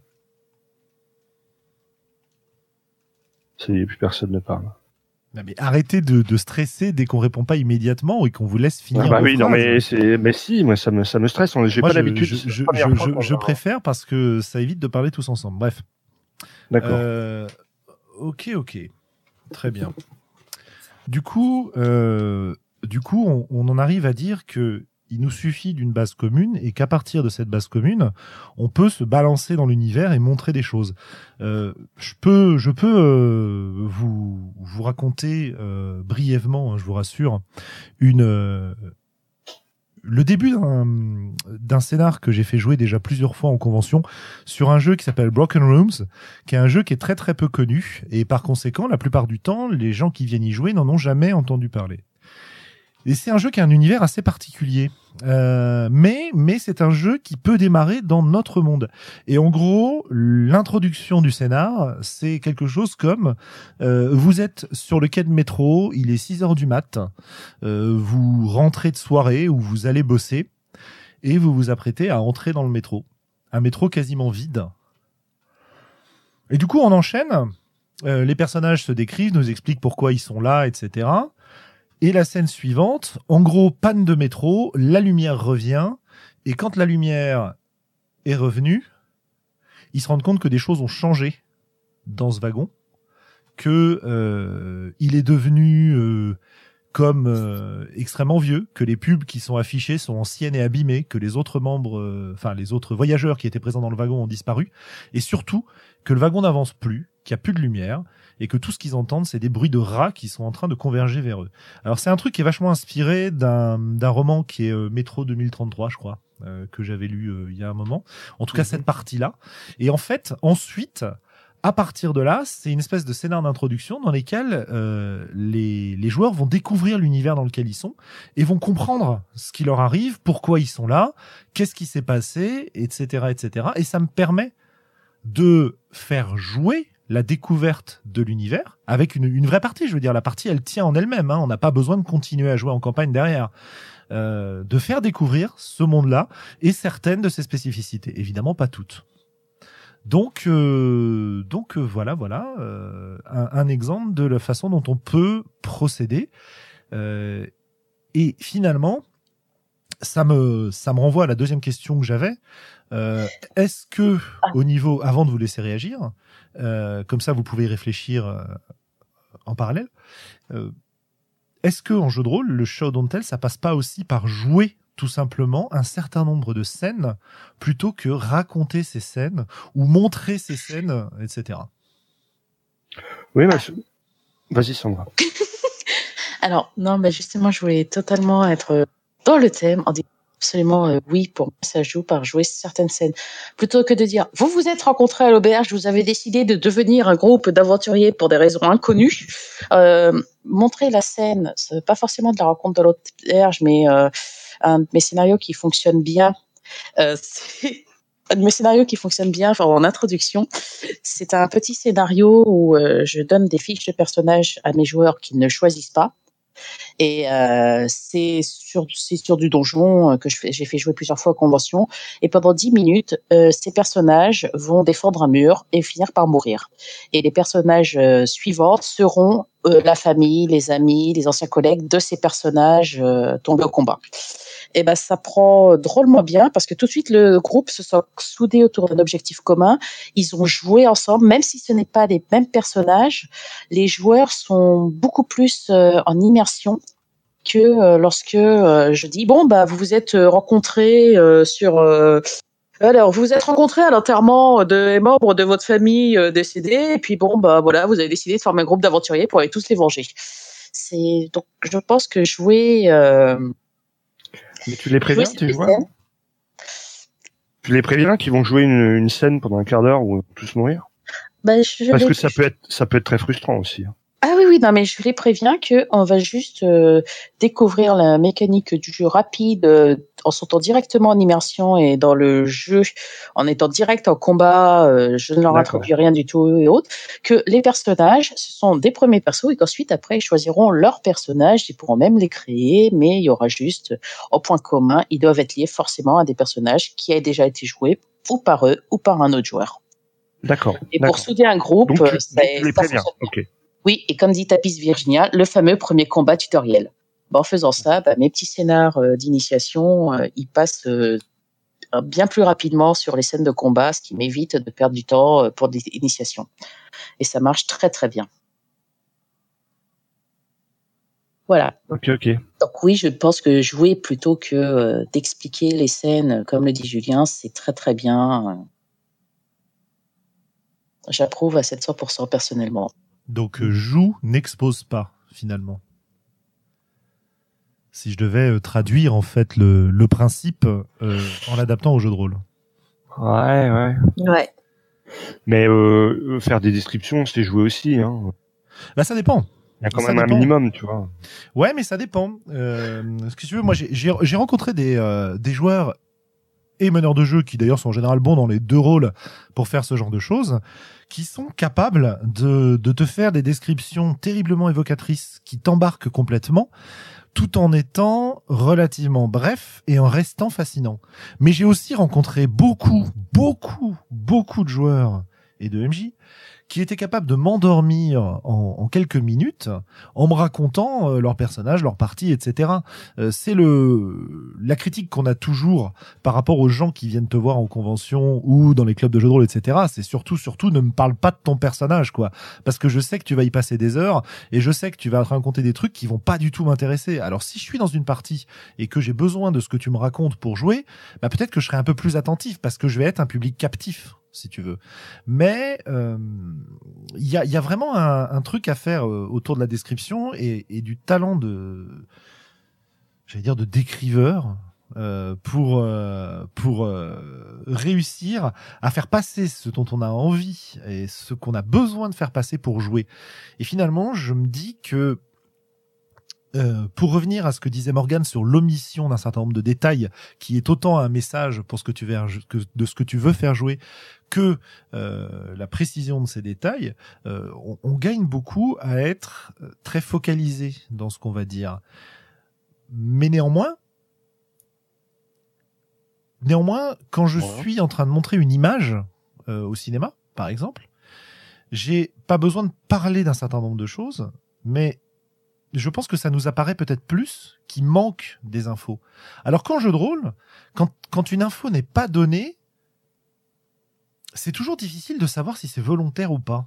Ça y est, plus personne ne parle. Non, mais arrêtez de, de stresser dès qu'on répond pas immédiatement et qu'on vous laisse finir. Ah bah vos oui, phrases. non mais c'est, mais si, moi ça me ça me stresse. J'ai Moi, pas je, l'habitude. Je, c'est je, la première je, fois je, qu'on je va- préfère parce que ça évite de parler tous ensemble. Bref. D'accord. Euh, ok, ok, très bien. Du coup, euh, du coup, on, on en arrive à dire que il nous suffit d'une base commune et qu'à partir de cette base commune, on peut se balancer dans l'univers et montrer des choses. Euh, je peux, je peux euh, vous vous raconter euh, brièvement, hein, je vous rassure, une euh, le début d'un d'un scénar que j'ai fait jouer déjà plusieurs fois en convention sur un jeu qui s'appelle Broken Rooms, qui est un jeu qui est très très peu connu et par conséquent, la plupart du temps, les gens qui viennent y jouer n'en ont jamais entendu parler. Et c'est un jeu qui a un univers assez particulier. Euh, mais mais c'est un jeu qui peut démarrer dans notre monde. Et en gros, l'introduction du scénar, c'est quelque chose comme euh, vous êtes sur le quai de métro, il est six heures du mat, euh, vous rentrez de soirée ou vous allez bosser et vous vous apprêtez à entrer dans le métro. Un métro quasiment vide. Et du coup, on enchaîne. Euh, les personnages se décrivent, nous expliquent pourquoi ils sont là, et cetera. Et la scène suivante, en gros, panne de métro, la lumière revient, et quand la lumière est revenue, ils se rendent compte que des choses ont changé dans ce wagon, que euh, il est devenu euh, comme euh, extrêmement vieux, que les pubs qui sont affichées sont anciennes et abîmées, que les autres membres, euh, enfin les autres voyageurs qui étaient présents dans le wagon ont disparu, et surtout que le wagon n'avance plus, qu'il n'y a plus de lumière, et que tout ce qu'ils entendent, c'est des bruits de rats qui sont en train de converger vers eux. Alors c'est un truc qui est vachement inspiré d'un d'un roman qui est euh, Métro deux mille trente-trois, je crois, euh, que j'avais lu euh, il y a un moment. En tout cas, Mhm. cette partie-là. Et en fait, ensuite, à partir de là, c'est une espèce de scénar d'introduction dans lesquels euh, les, les joueurs vont découvrir l'univers dans lequel ils sont et vont comprendre ce qui leur arrive, pourquoi ils sont là, qu'est-ce qui s'est passé, et cetera, et cetera. Et ça me permet de faire jouer la découverte de l'univers avec une, une vraie partie. Je veux dire, la partie, elle tient en elle-même. Hein. On n'a pas besoin de continuer à jouer en campagne derrière. Euh, de faire découvrir ce monde-là et certaines de ses spécificités. Évidemment, pas toutes. Donc, euh, donc euh, voilà, voilà, euh, un, un exemple de la façon dont on peut procéder. Euh, et finalement, ça me, ça me renvoie à la deuxième question que j'avais. Euh, est-ce que, au niveau, avant de vous laisser réagir, euh, comme ça vous pouvez y réfléchir euh, en parallèle, euh, est-ce que en jeu de rôle, le show don't tell, ça passe pas aussi par jouer tout simplement un certain nombre de scènes plutôt que raconter ces scènes ou montrer ces scènes, et cetera. Oui, bah, je- vas-y Sandra. Alors, non, mais justement, je voulais totalement être dans le thème en disant absolument euh, oui, pour moi, ça joue par jouer certaines scènes. Plutôt que de dire, vous vous êtes rencontrés à l'auberge, vous avez décidé de devenir un groupe d'aventuriers pour des raisons inconnues. Euh, montrer la scène, c'est pas forcément de la rencontre de l'auberge, mais euh, un de mes scénarios qui fonctionne bien, euh, c'est un de mes scénarios qui fonctionne bien, enfin, en introduction, c'est un petit scénario où euh, je donne des fiches de personnages à mes joueurs qui ne choisissent pas. Et euh, c'est sur c'est sur du donjon euh, que je fais, j'ai fait jouer plusieurs fois en convention. Et pendant dix minutes, euh, ces personnages vont défendre un mur et finir par mourir. Et les personnages euh, suivants seront euh, la famille, les amis, les anciens collègues de ces personnages euh, tombés au combat. Et ben ça prend drôlement bien parce que tout de suite le groupe se sent soudé autour d'un objectif commun. Ils ont joué ensemble, même si ce n'est pas les mêmes personnages. Les joueurs sont beaucoup plus euh, en immersion que euh, lorsque euh, je dis bon bah vous vous êtes rencontrés euh, sur euh, Alors, vous vous êtes rencontrés à l'enterrement de membres de votre famille euh, décédés, et puis bon, bah voilà, vous avez décidé de former un groupe d'aventuriers pour aller tous les venger. C'est donc, je pense que jouer. Euh, Mais tu les préviens, jouer tes cette joueurs scène- Tu les préviens qu'ils vont jouer une, une scène pendant un quart d'heure où ils vont tous mourir? bah, je Parce les- que ça peut être, ça peut être très frustrant aussi. hein. Ah oui, oui, non, mais je les préviens que on va juste euh, découvrir la mécanique du jeu rapide euh, en sautant directement en immersion et dans le jeu, en étant direct en combat, euh, je ne leur D'accord. introduis rien du tout et autres, que les personnages, ce sont des premiers persos et qu'ensuite, après, ils choisiront leurs personnages, ils pourront même les créer, mais il y aura juste, en point commun, ils doivent être liés forcément à des personnages qui aient déjà été joués ou par eux ou par un autre joueur. D'accord. Et d'accord. pour souder un groupe, Donc, tu, euh, donc, c'est- tu les ça préviens. fonctionne bien. Ok. Oui, et comme dit Tapis Virginia, le fameux premier combat tutoriel. Bon, en faisant ça, bah, mes petits scénars euh, d'initiation, euh, ils passent euh, bien plus rapidement sur les scènes de combat, ce qui m'évite de perdre du temps euh, pour des initiations. Et ça marche très très bien. Voilà. Ok, ok. Donc oui, je pense que jouer plutôt que euh, d'expliquer les scènes, comme le dit Julien, c'est très très bien. J'approuve à sept cents pour cent personnellement. Donc euh, joue, n'expose pas, finalement. Si je devais euh, traduire en fait le, le principe euh, en l'adaptant au jeu de rôle. Ouais, ouais. Ouais. Mais euh, faire des descriptions, c'est jouer aussi. Hein. Bah ça dépend. Il y a quand Ça même un dépend. minimum, tu vois. Ouais, mais ça dépend. Euh, ce que tu veux, moi j'ai j'ai j'ai rencontré des euh, des joueurs et meneurs de jeu qui d'ailleurs sont en général bons dans les deux rôles pour faire ce genre de choses, qui sont capables de de te faire des descriptions terriblement évocatrices qui t'embarquent complètement, tout en étant relativement bref et en restant fascinant. Mais j'ai aussi rencontré beaucoup, beaucoup, beaucoup de joueurs et de M J qui étaient capables de m'endormir en, en quelques minutes en me racontant euh, leurs personnages, leurs parties, et cetera. Euh, c'est le la critique qu'on a toujours par rapport aux gens qui viennent te voir en convention ou dans les clubs de jeux de rôle, et cetera. C'est surtout, surtout, ne me parle pas de ton personnage, quoi, parce que je sais que tu vas y passer des heures et je sais que tu vas te raconter des trucs qui vont pas du tout m'intéresser. Alors si je suis dans une partie et que j'ai besoin de ce que tu me racontes pour jouer, bah peut-être que je serai un peu plus attentif parce que je vais être un public captif, si tu veux. Mais il euh, y, a, y a vraiment un, un truc à faire euh, autour de la description et, et du talent de, j'allais dire, de décriveur euh, pour euh, pour euh, réussir à faire passer ce dont on a envie et ce qu'on a besoin de faire passer pour jouer. Et finalement, je me dis que Euh, pour revenir à ce que disait Morgane sur l'omission d'un certain nombre de détails, qui est autant un message pour ce que tu veux, que, de ce que tu veux faire jouer, que euh, la précision de ces détails, euh, on, on gagne beaucoup à être très focalisé dans ce qu'on va dire. Mais néanmoins, néanmoins, quand je Ouais. suis en train de montrer une image euh, au cinéma, par exemple, j'ai pas besoin de parler d'un certain nombre de choses, mais je pense que ça nous apparaît peut-être plus qu'il manque des infos. Alors qu'en jeu de rôle, quand, quand une info n'est pas donnée, c'est toujours difficile de savoir si c'est volontaire ou pas.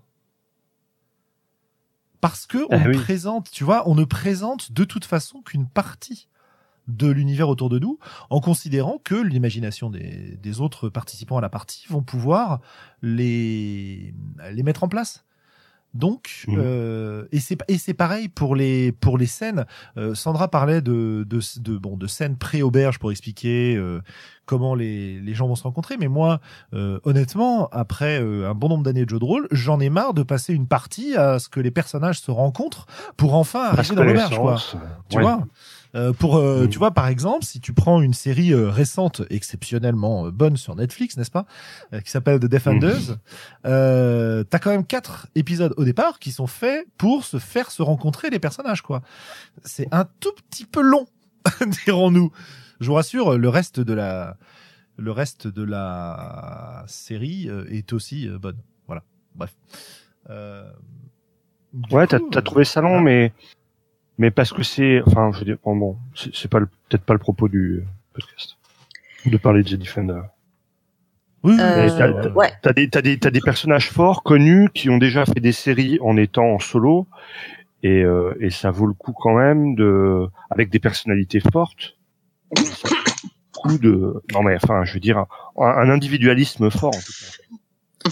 Parce que on Ah oui. présente, tu vois, on ne présente de toute façon qu'une partie de l'univers autour de nous, en considérant que l'imagination des, des autres participants à la partie vont pouvoir les, les mettre en place. Donc, Mmh. euh, et c'est et c'est pareil pour les pour les scènes. Euh, Sandra parlait de de de bon de scènes pré-auberge pour expliquer euh, comment les les gens vont se rencontrer. Mais moi, euh, honnêtement, après euh, un bon nombre d'années de jeu de rôle, j'en ai marre de passer une partie à ce que les personnages se rencontrent pour enfin Parce arriver que dans l'auberge, quoi. l'essence, euh, Tu ouais. vois. Euh, pour euh, Mm. tu vois par exemple si tu prends une série euh, récente exceptionnellement euh, bonne sur Netflix, n'est-ce pas, euh, qui s'appelle The Defenders, Mm. euh, t'as quand même quatre épisodes au départ qui sont faits pour se faire se rencontrer les personnages, quoi. C'est un tout petit peu long, dirons-nous. Je vous rassure, le reste de la le reste de la série euh, est aussi euh, bonne. Voilà. Bref. Euh, du Ouais, coup, t'as, t'as euh, trouvé ça long, ah. mais mais parce que c'est, enfin, je veux dire, bon, bon c'est, c'est pas le, peut-être pas le propos du podcast de parler de The Defender. Oui, oui, Euh, Mais oui, t'as, ouais. t'as- ouais. t'as des, t'as des, t'as des personnages forts, connus, qui ont déjà fait des séries en étant en solo, et euh, et ça vaut le coup quand même de, avec des personnalités fortes. Ça, beaucoup de, non mais enfin, je veux dire, un, un individualisme fort en tout cas.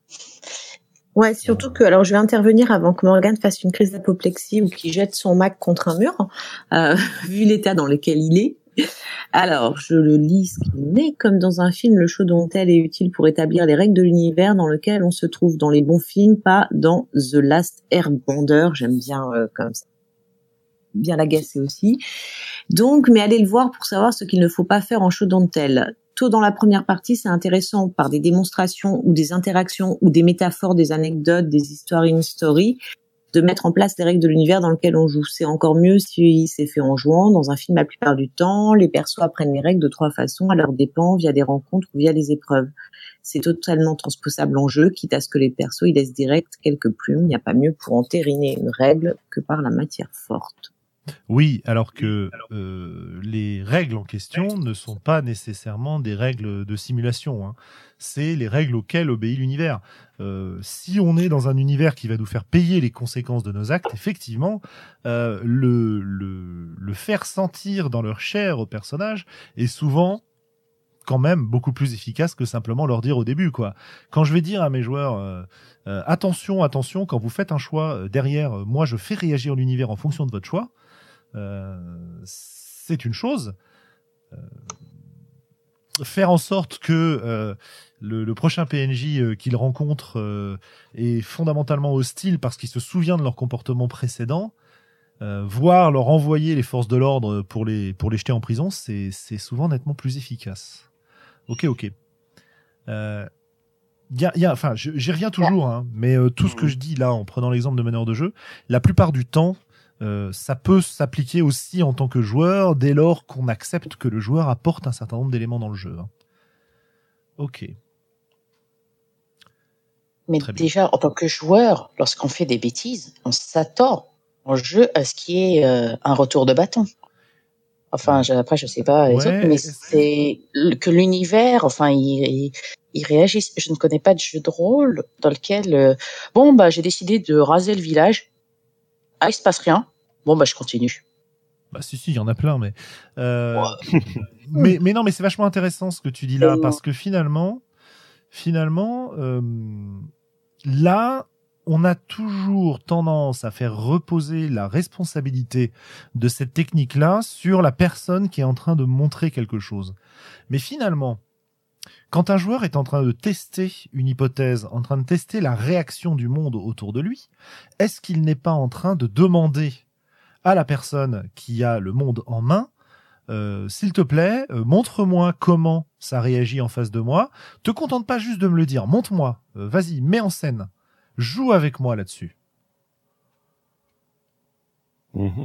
Ouais, surtout que, alors je vais intervenir avant que Morgane fasse une crise d'apoplexie ou qu'il jette son Mac contre un mur, euh, vu l'état dans lequel il est. Alors, je le lis ce qu'il met. Comme dans un film, le show dont elle est utile pour établir les règles de l'univers dans lequel on se trouve dans les bons films, pas dans The Last Airbender. J'aime bien euh, comme ça. Bien l'agacer aussi. Donc, mais allez le voir pour savoir ce qu'il ne faut pas faire en show dont elle. Tôt dans la première partie, c'est intéressant par des démonstrations ou des interactions ou des métaphores, des anecdotes, des histoires in story, de mettre en place les règles de l'univers dans lequel on joue. C'est encore mieux si c'est fait en jouant. Dans un film, la plupart du temps, les persos apprennent les règles de trois façons, à leurs dépens, via des rencontres ou via des épreuves. C'est totalement transposable en jeu, quitte à ce que les persos y laissent direct quelques plumes. Il n'y a pas mieux pour entériner une règle que par la matière forte. Oui, alors que euh, les règles en question ne sont pas nécessairement des règles de simulation. Hein. C'est les règles auxquelles obéit l'univers. Euh, si on est dans un univers qui va nous faire payer les conséquences de nos actes, effectivement, euh, le, le, le faire sentir dans leur chair aux personnages est souvent quand même beaucoup plus efficace que simplement leur dire au début, quoi. Quand je vais dire à mes joueurs euh, euh, attention, attention, quand vous faites un choix euh, derrière, euh, moi je fais réagir l'univers en fonction de votre choix. Euh, c'est une chose. Euh, faire en sorte que euh, le, le prochain P N J euh, qu'il rencontre euh, est fondamentalement hostile parce qu'il se souvient de leur comportement précédent, euh, voire leur envoyer les forces de l'ordre pour les pour les jeter en prison, c'est c'est souvent nettement plus efficace. Ok, ok. Euh, y a, y a, enfin, j'y reviens toujours, hein, mais euh, tout ce que je dis là, en prenant l'exemple de meneur de jeu, la plupart du temps, Euh, ça peut s'appliquer aussi en tant que joueur dès lors qu'on accepte que le joueur apporte un certain nombre d'éléments dans le jeu. Hein. Ok. Mais déjà, en tant que joueur, lorsqu'on fait des bêtises, on s'attend en jeu à ce qu'il y ait euh, un retour de bâton. Enfin, je, après, je sais pas les ouais, autres, mais c'est que l'univers, enfin, il, il, il réagisse. Je ne connais pas de jeu de rôle dans lequel, euh, bon, bah, j'ai décidé de raser le village. Ah, il se passe rien. Bon, bah, je continue. Bah, si, si, il y en a plein, mais, euh, mais, mais non, mais c'est vachement intéressant ce que tu dis là, parce que finalement, finalement, euh, là, on a toujours tendance à faire reposer la responsabilité de cette technique-là sur la personne qui est en train de montrer quelque chose. Mais finalement, quand un joueur est en train de tester une hypothèse, en train de tester la réaction du monde autour de lui, est-ce qu'il n'est pas en train de demander à la personne qui a le monde en main, euh, s'il te plaît, euh, montre-moi comment ça réagit en face de moi. Te contente pas juste de me le dire, montre-moi, euh, vas-y, mets en scène, joue avec moi là-dessus. Mmh.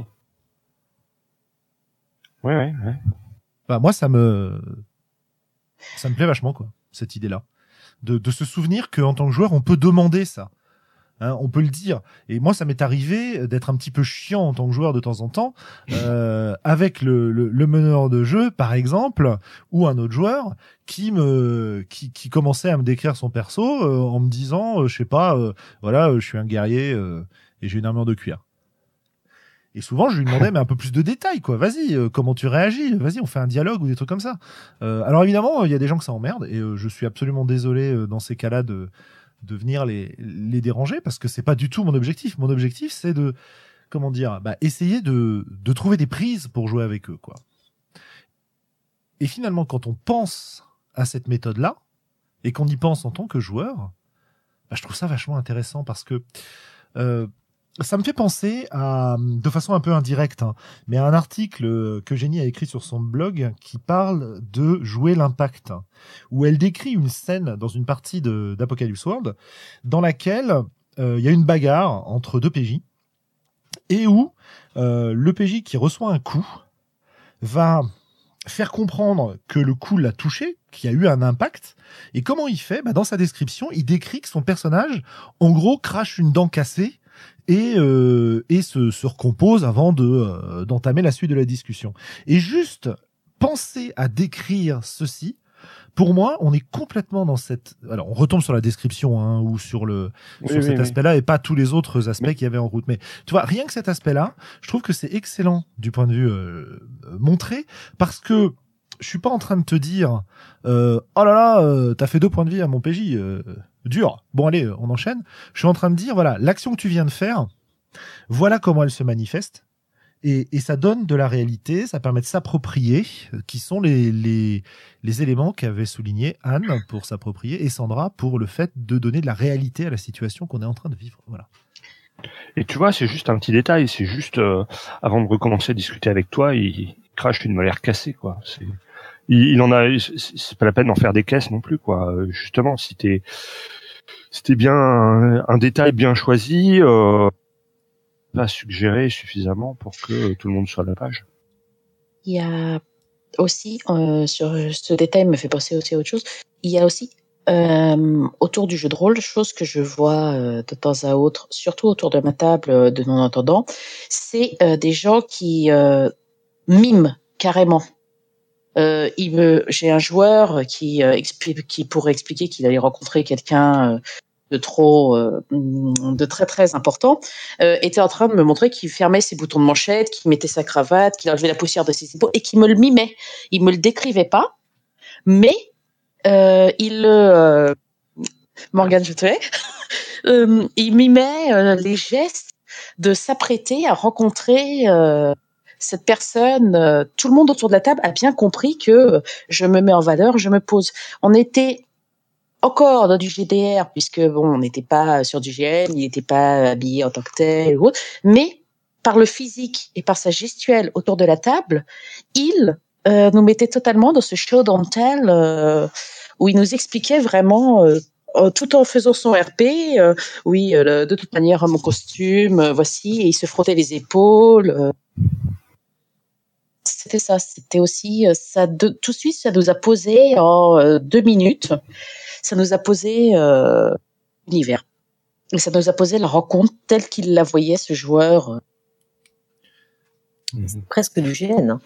Ouais, ouais, ouais. Bah, moi, ça me, ça me plaît vachement, quoi, cette idée-là. De, de se souvenir qu'en tant que joueur, on peut demander ça. Hein, on peut le dire. Et moi, ça m'est arrivé d'être un petit peu chiant en tant que joueur de temps en temps, euh, avec le, le, le meneur de jeu, par exemple, ou un autre joueur qui me, qui, qui commençait à me décrire son perso euh, en me disant, euh, je sais pas, euh, voilà, euh, je suis un guerrier euh, et j'ai une armure de cuir. Et souvent, je lui demandais mais un peu plus de détails, quoi. Vas-y, euh, comment tu réagis ? Vas-y, on fait un dialogue ou des trucs comme ça. Euh, alors évidemment, il y a des gens que ça emmerde et euh, je suis absolument désolé euh, dans ces cas-là de de venir les, les déranger parce que c'est pas du tout mon objectif. Mon objectif, c'est de, comment dire, bah, essayer de, de trouver des prises pour jouer avec eux, quoi. Et finalement, quand on pense à cette méthode-là et qu'on y pense en tant que joueur, bah, je trouve ça vachement intéressant parce que, euh, ça me fait penser à, de façon un peu indirecte, hein, mais à un article que Jenny a écrit sur son blog qui parle de jouer l'impact, où elle décrit une scène dans une partie de, d'Apocalypse World dans laquelle euh, il y a une bagarre entre deux P J et où euh, le P J qui reçoit un coup va faire comprendre que le coup l'a touché, qu'il y a eu un impact. Et comment il fait ? Bah, dans sa description, il décrit que son personnage, en gros, crache une dent cassée et euh, et se, se recompose avant de euh, d'entamer la suite de la discussion. Et juste penser à décrire ceci, pour moi, on est complètement dans cette. Alors, on retombe sur la description hein, ou sur le oui, sur oui, cet oui. aspect-là et pas tous les autres aspects Mais... qu'il y avait en route. Mais tu vois, rien que cet aspect-là, je trouve que c'est excellent du point de vue euh, montré parce que je suis pas en train de te dire, euh, oh là là, euh, t'as fait deux points de vie à mon P J, euh, dur. Bon allez, on enchaîne. Je suis en train de dire, voilà, l'action que tu viens de faire, voilà comment elle se manifeste. Et, et ça donne de la réalité, ça permet de s'approprier, euh, qui sont les, les, les éléments qu'avait souligné Anne pour s'approprier et Sandra pour le fait de donner de la réalité à la situation qu'on est en train de vivre. Voilà. Et tu vois, c'est juste un petit détail, c'est juste, euh, avant de recommencer à discuter avec toi, il, il crache une molaire cassée, quoi. C'est, il, il en a, c'est pas la peine d'en faire des caisses non plus, quoi. Justement, si t'es, si t'es bien un, un détail bien choisi, euh, pas suggéré suffisamment pour que tout le monde soit à la page. Il y a aussi, euh, sur ce détail me fait penser aussi à autre chose, il y a aussi euh, autour du jeu de rôle, chose que je vois euh, de temps à autre, surtout autour de ma table euh, de non-entendants, c'est euh, des gens qui euh, miment carrément. Euh, il me, j'ai un joueur qui, euh, explique, qui pourrait expliquer qu'il allait rencontrer quelqu'un euh, de trop, euh, de très très important, euh, était en train de me montrer qu'il fermait ses boutons de manchette, qu'il mettait sa cravate, qu'il enlevait la poussière de ses épaules et qu'il me le mimait. Il me le décrivait pas, mais euh, il euh, Morgane, je te hais. euh, il mimait euh, les gestes de s'apprêter à rencontrer euh, cette personne. Euh, tout le monde autour de la table a bien compris que je me mets en valeur, je me pose. On était encore dans du G D R, puisque bon, on n'était pas sur du G M, il n'était pas habillé en tant que tel ou autre, mais par le physique et par sa gestuelle autour de la table, il euh, nous mettait totalement dans ce show don't tell euh, où il nous expliquait vraiment, euh, tout en faisant son R P, euh, oui, euh, de toute manière, mon costume, euh, voici, et il se frottait les épaules. Euh, c'était ça, c'était aussi ça. De, tout de suite, ça nous a posé en euh, deux minutes. Ça nous a posé euh, l'univers. Et ça nous a posé la rencontre telle qu'il la voyait, ce joueur. C'est presque du G N. Hein.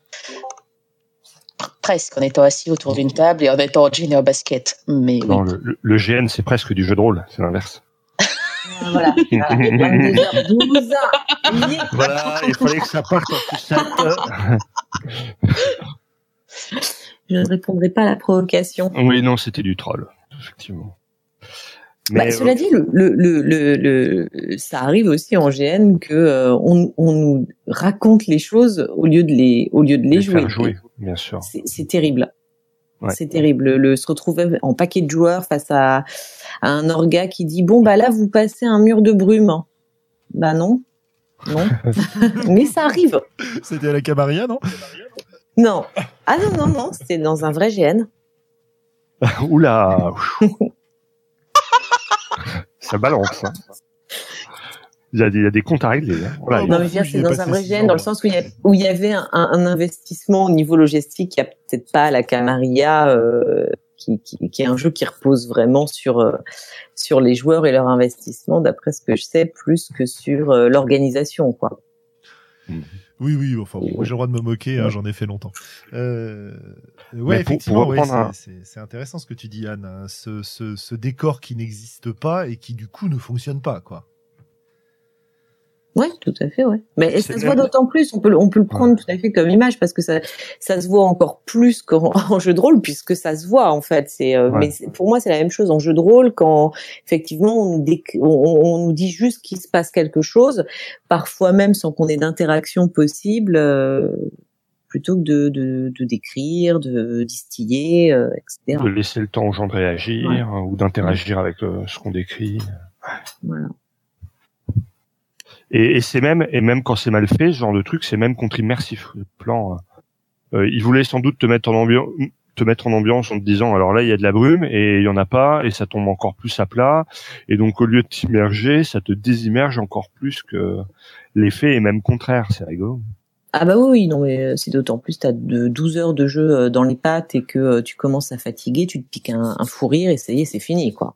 Presque, en étant assis autour d'une table et en étant en jean et en basket. Mais non, oui. le, le G N, c'est presque du jeu de rôle, c'est l'inverse. Voilà. vingt-deux heures douze. Voilà, il fallait que ça parte en sucette. Je ne répondrai pas à la provocation. Oui, non, c'était du troll, effectivement. Mais bah, cela euh... dit, le, le, le, le, le, ça arrive aussi en G N que euh, on, on nous raconte les choses au lieu de les, au lieu de les, les jouer. Faire jouer, bien sûr. C'est, c'est terrible. Ouais. C'est terrible. Le, le se retrouver en paquet de joueurs face à, à un orga qui dit bon bah là vous passez un mur de brume. Bah non, non. Mais ça arrive. C'était à la Camarilla, non? Non. Ah non non non, c'était dans un vrai G N. Oula. Ça balance. Hein. Il y a des, il y a des comptes à régler. Hein. Voilà, non, mais je veux dire, c'est dans un vrai G N, dans le sens où il y, a, où il y avait un, un investissement au niveau logistique qui a peut-être pas à la Camarilla, euh, qui, qui, qui est un jeu qui repose vraiment sur euh, sur les joueurs et leur investissement, d'après ce que je sais, plus que sur euh, l'organisation, quoi. Mmh. Oui, oui, enfin, bon, moi j'ai le droit de me moquer, hein, j'en ai fait longtemps. Euh, ouais, pour, effectivement, pour ouais, c'est, un... c'est, c'est intéressant ce que tu dis, Anne. Hein, ce, ce, ce décor qui n'existe pas et qui du coup ne fonctionne pas, quoi. Ouais, tout à fait, ouais. Mais ça se voit d'autant plus. On peut, on peut le prendre ouais. tout à fait comme image parce que ça, ça se voit encore plus qu'en en jeu de rôle puisque ça se voit en fait. C'est, euh, ouais. mais c'est, pour moi, c'est la même chose en jeu de rôle quand effectivement on nous, déc- on, on nous dit juste qu'il se passe quelque chose, parfois même sans qu'on ait d'interaction possible, euh, plutôt que de, de, de décrire, de distiller, euh, et cetera. De laisser le temps aux gens de réagir ouais. hein, ou d'interagir ouais. avec euh, ce qu'on décrit. Voilà. Et, et c'est même, et même quand c'est mal fait, ce genre de truc, c'est même contre-immersif. Le plan, euh, il voulait sans doute te mettre en ambiance, te mettre en ambiance en te disant, alors là, il y a de la brume et il y en a pas, et ça tombe encore plus à plat. Et donc, au lieu de t'immerger, ça te désimmerge encore plus que l'effet est même contraire. C'est rigolo. Ah bah oui, non mais c'est d'autant plus t'as de douze heures de jeu dans les pattes et que tu commences à fatiguer, tu te piques un, un fou rire et ça y est, c'est fini, quoi.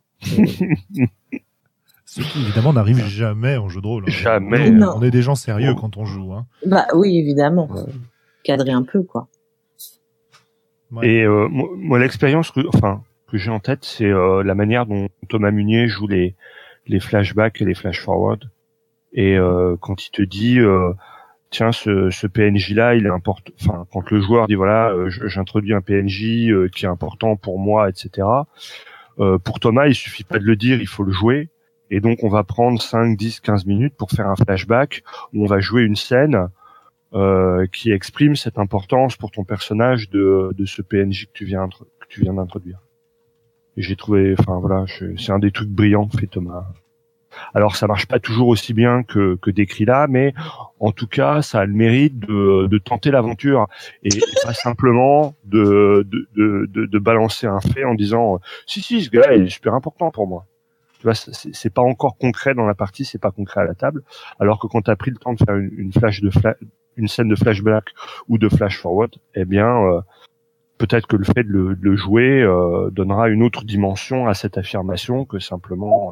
Ce qui, évidemment, n'arrive jamais en jeu de rôle. Hein. Jamais. On, on est des gens sérieux oh. quand on joue. Hein. Bah oui, évidemment. Ouais. Cadrer un peu, quoi. Ouais. Et euh, moi, l'expérience que, enfin, que j'ai en tête, c'est euh, la manière dont Thomas Munier joue les les flashbacks et les flash-forward. Et euh, quand il te dit, euh, tiens, ce, ce P N J-là, il est important. Enfin, quand le joueur dit voilà, euh, j'introduis un P N J euh, qui est important pour moi, et cetera. Euh, pour Thomas, il suffit pas de le dire, il faut le jouer. Et donc, on va prendre cinq, dix, quinze minutes pour faire un flashback où on va jouer une scène euh, qui exprime cette importance pour ton personnage de, de ce P N J que tu viens, que tu viens d'introduire. Et j'ai trouvé, enfin voilà, je, c'est un des trucs brillants que fait Thomas. Alors, ça marche pas toujours aussi bien que, que décrit là, mais en tout cas, ça a le mérite de, de tenter l'aventure et, et pas simplement de, de, de, de, de balancer un fait en disant si si, ce gars-là il est super important pour moi. Tu vois, c'est, c'est pas encore concret dans la partie, c'est pas concret à la table. Alors que quand t'as pris le temps de faire une, une flash de fla- une scène de flashback ou de flash forward, eh bien, euh, peut-être que le fait de le, de le jouer euh, donnera une autre dimension à cette affirmation que simplement. Euh,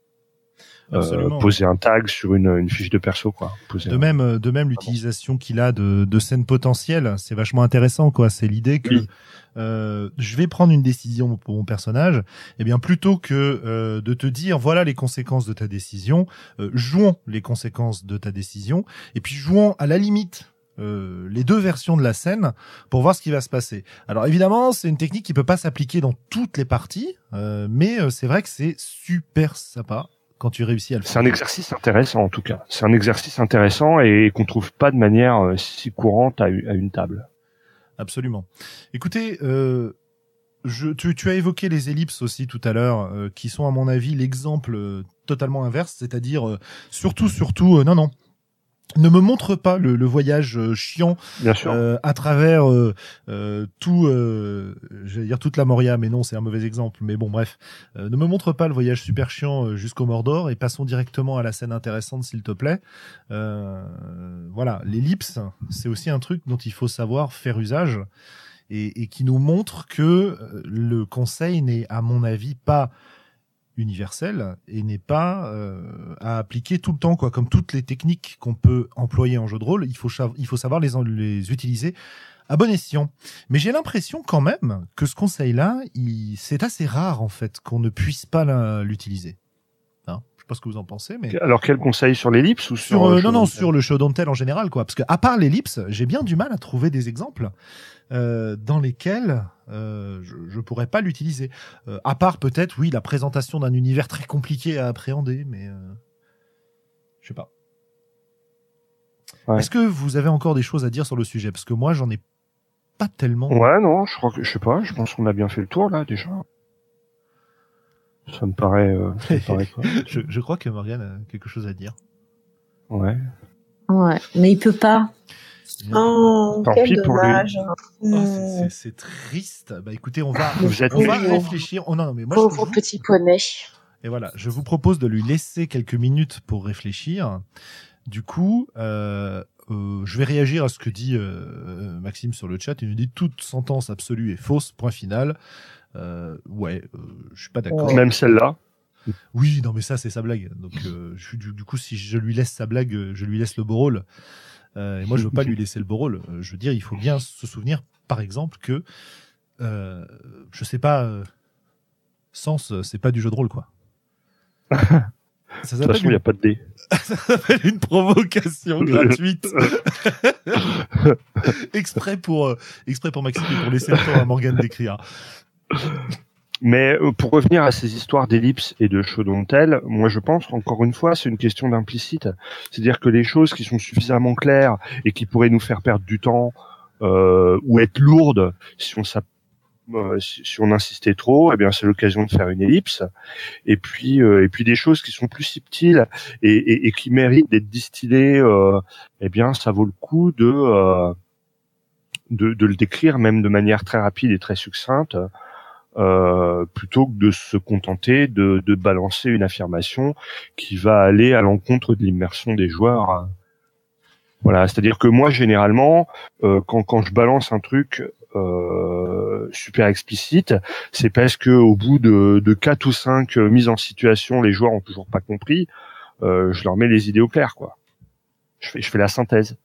Euh, poser un tag sur une, une fiche de perso, quoi. Poser de un... même, de même l'utilisation qu'il a de, de scènes potentielles, c'est vachement intéressant, quoi. C'est l'idée que oui. euh, je vais prendre une décision pour mon personnage, et bien plutôt que euh, de te dire voilà les conséquences de ta décision, euh, jouons les conséquences de ta décision, et puis jouons à la limite. Euh, les deux versions de la scène pour voir ce qui va se passer. Alors évidemment, c'est une technique qui peut pas s'appliquer dans toutes les parties, euh, mais euh, c'est vrai que c'est super sympa. Quand tu réussis à le faire. C'est un exercice intéressant en tout cas. C'est un exercice intéressant et qu'on trouve pas de manière euh, si courante à, à une table. Absolument. Écoutez, euh, je, tu, tu as évoqué les ellipses aussi tout à l'heure, euh, qui sont à mon avis l'exemple euh, totalement inverse, c'est-à-dire euh, surtout, surtout, euh, non, non. Ne me montre pas le, le voyage euh, chiant Bien sûr. Euh, à travers euh, euh, tout, euh, j'allais dire toute la Moria, mais non, c'est un mauvais exemple. Mais bon, bref, euh, ne me montre pas le voyage super chiant euh, jusqu'au Mordor et passons directement à la scène intéressante, s'il te plaît. Euh, voilà, l'ellipse, c'est aussi un truc dont il faut savoir faire usage et, et qui nous montre que le conseil n'est, à mon avis, pas universel et n'est pas euh, à appliquer tout le temps, quoi. Comme toutes les techniques qu'on peut employer en jeu de rôle, il faut il faut savoir les les utiliser à bon escient. Mais j'ai l'impression quand même que ce conseil-là, il, c'est assez rare en fait qu'on ne puisse pas la, l'utiliser. Hein, je sais pas ce que vous en pensez, mais alors quel conseil sur l'ellipse ou sur, sur euh, euh, non non sur le show don't tell en général, quoi. Parce que à part l'ellipse, j'ai bien du mal à trouver des exemples euh, dans lesquels euh, je, je pourrais pas l'utiliser. Euh, à part peut-être, oui, la présentation d'un univers très compliqué à appréhender, mais euh, je sais pas. Ouais. Est-ce que vous avez encore des choses à dire sur le sujet? Parce que moi, j'en ai pas tellement. Ouais, non, je crois que je sais pas. Je pense qu'on a bien fait le tour là déjà. Ça me paraît. Euh, ça me paraît quoi. je, je crois que Morgane a quelque chose à dire. Ouais. Ouais, mais il peut pas. Oh, tant quel pis dommage. pour lui. Oh, c'est, c'est, c'est triste. Bah écoutez, on va, vous êtes on va réfléchir. Oh non, mais moi, pauvre je, petit poney. Et voilà, je vous propose de lui laisser quelques minutes pour réfléchir. Du coup, euh, euh, je vais réagir à ce que dit euh, Maxime sur le chat. Il nous dit toute sentence absolue est fausse. Point final. Euh, ouais, euh, je suis pas d'accord. Même celle-là. Oui, non, mais ça c'est sa blague. Donc, euh, je suis du, du coup, si je lui laisse sa blague, je lui laisse le beau rôle. Euh, et moi, je veux pas lui laisser le beau rôle. Euh, je veux dire, il faut bien se souvenir, par exemple, que euh, je sais pas, euh, Sens, c'est pas du jeu de rôle, quoi. Ça de toute façon, il n'y a pas de dés. Ça s'appelle une provocation gratuite. exprès pour euh, exprès pour Maxime et pour laisser le temps à Morgane d'écrire. Mais euh, pour revenir à ces histoires d'ellipse et de show don't tell, moi je pense qu'encore une fois c'est une question d'implicite. C'est-à-dire que les choses qui sont suffisamment claires et qui pourraient nous faire perdre du temps euh, ou être lourdes si on s'app- euh, si, si on insistait trop, eh bien c'est l'occasion de faire une ellipse. Et puis euh, et puis des choses qui sont plus subtiles et, et, et qui méritent d'être distillées, euh, eh bien ça vaut le coup de, euh, de de le décrire même de manière très rapide et très succincte. Euh, plutôt que de se contenter de, de balancer une affirmation qui va aller à l'encontre de l'immersion des joueurs. Voilà, c'est-à-dire que moi généralement, euh, quand quand je balance un truc euh, super explicite, c'est parce que au bout de, de quatre ou cinq mises en situation, les joueurs ont toujours pas compris. Euh, je leur mets les idées au clair, quoi. Je fais je fais la synthèse.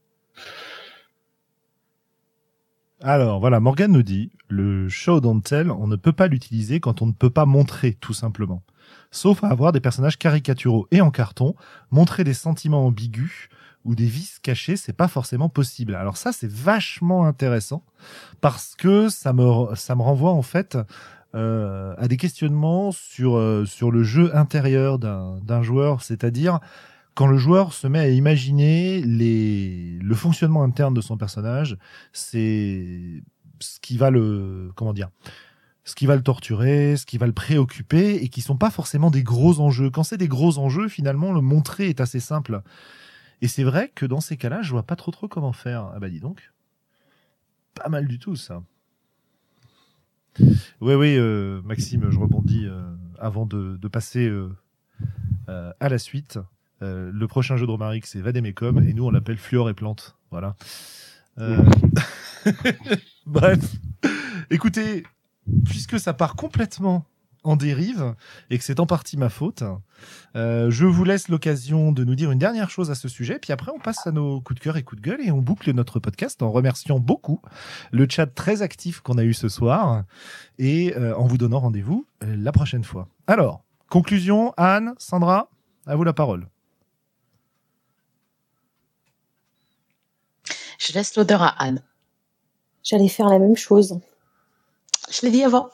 Alors voilà, Morgane nous dit, le show don't tell, on ne peut pas l'utiliser quand on ne peut pas montrer, tout simplement. Sauf à avoir des personnages caricaturaux et en carton, montrer des sentiments ambigus ou des vices cachés, c'est pas forcément possible. Alors ça, c'est vachement intéressant parce que ça me ça me renvoie en fait euh, à des questionnements sur euh, sur le jeu intérieur d'un d'un joueur, c'est-à-dire quand le joueur se met à imaginer les le fonctionnement interne de son personnage, c'est ce qui va le comment dire ce qui va le torturer, ce qui va le préoccuper, et qui sont pas forcément des gros enjeux. Quand c'est des gros enjeux, finalement, le montrer est assez simple. Et c'est vrai que dans ces cas-là, je vois pas trop trop comment faire. Ah bah dis donc, pas mal du tout ça. Oui, oui, euh, Maxime, je rebondis euh, avant de, de passer euh, euh, à la suite. Euh, le prochain jeu de Romaric, c'est Vademecum, et nous on l'appelle Fluor et Plante. Voilà. Euh... Bref, écoutez, puisque ça part complètement en dérive et que c'est en partie ma faute, euh, je vous laisse l'occasion de nous dire une dernière chose à ce sujet, puis après on passe à nos coups de cœur et coups de gueule et on boucle notre podcast en remerciant beaucoup le chat très actif qu'on a eu ce soir et euh, en vous donnant rendez-vous euh, la prochaine fois. Alors, conclusion, Anne, Sandra, à vous la parole. Je laisse l'odeur à Anne. J'allais faire la même chose. Je l'ai dit avant.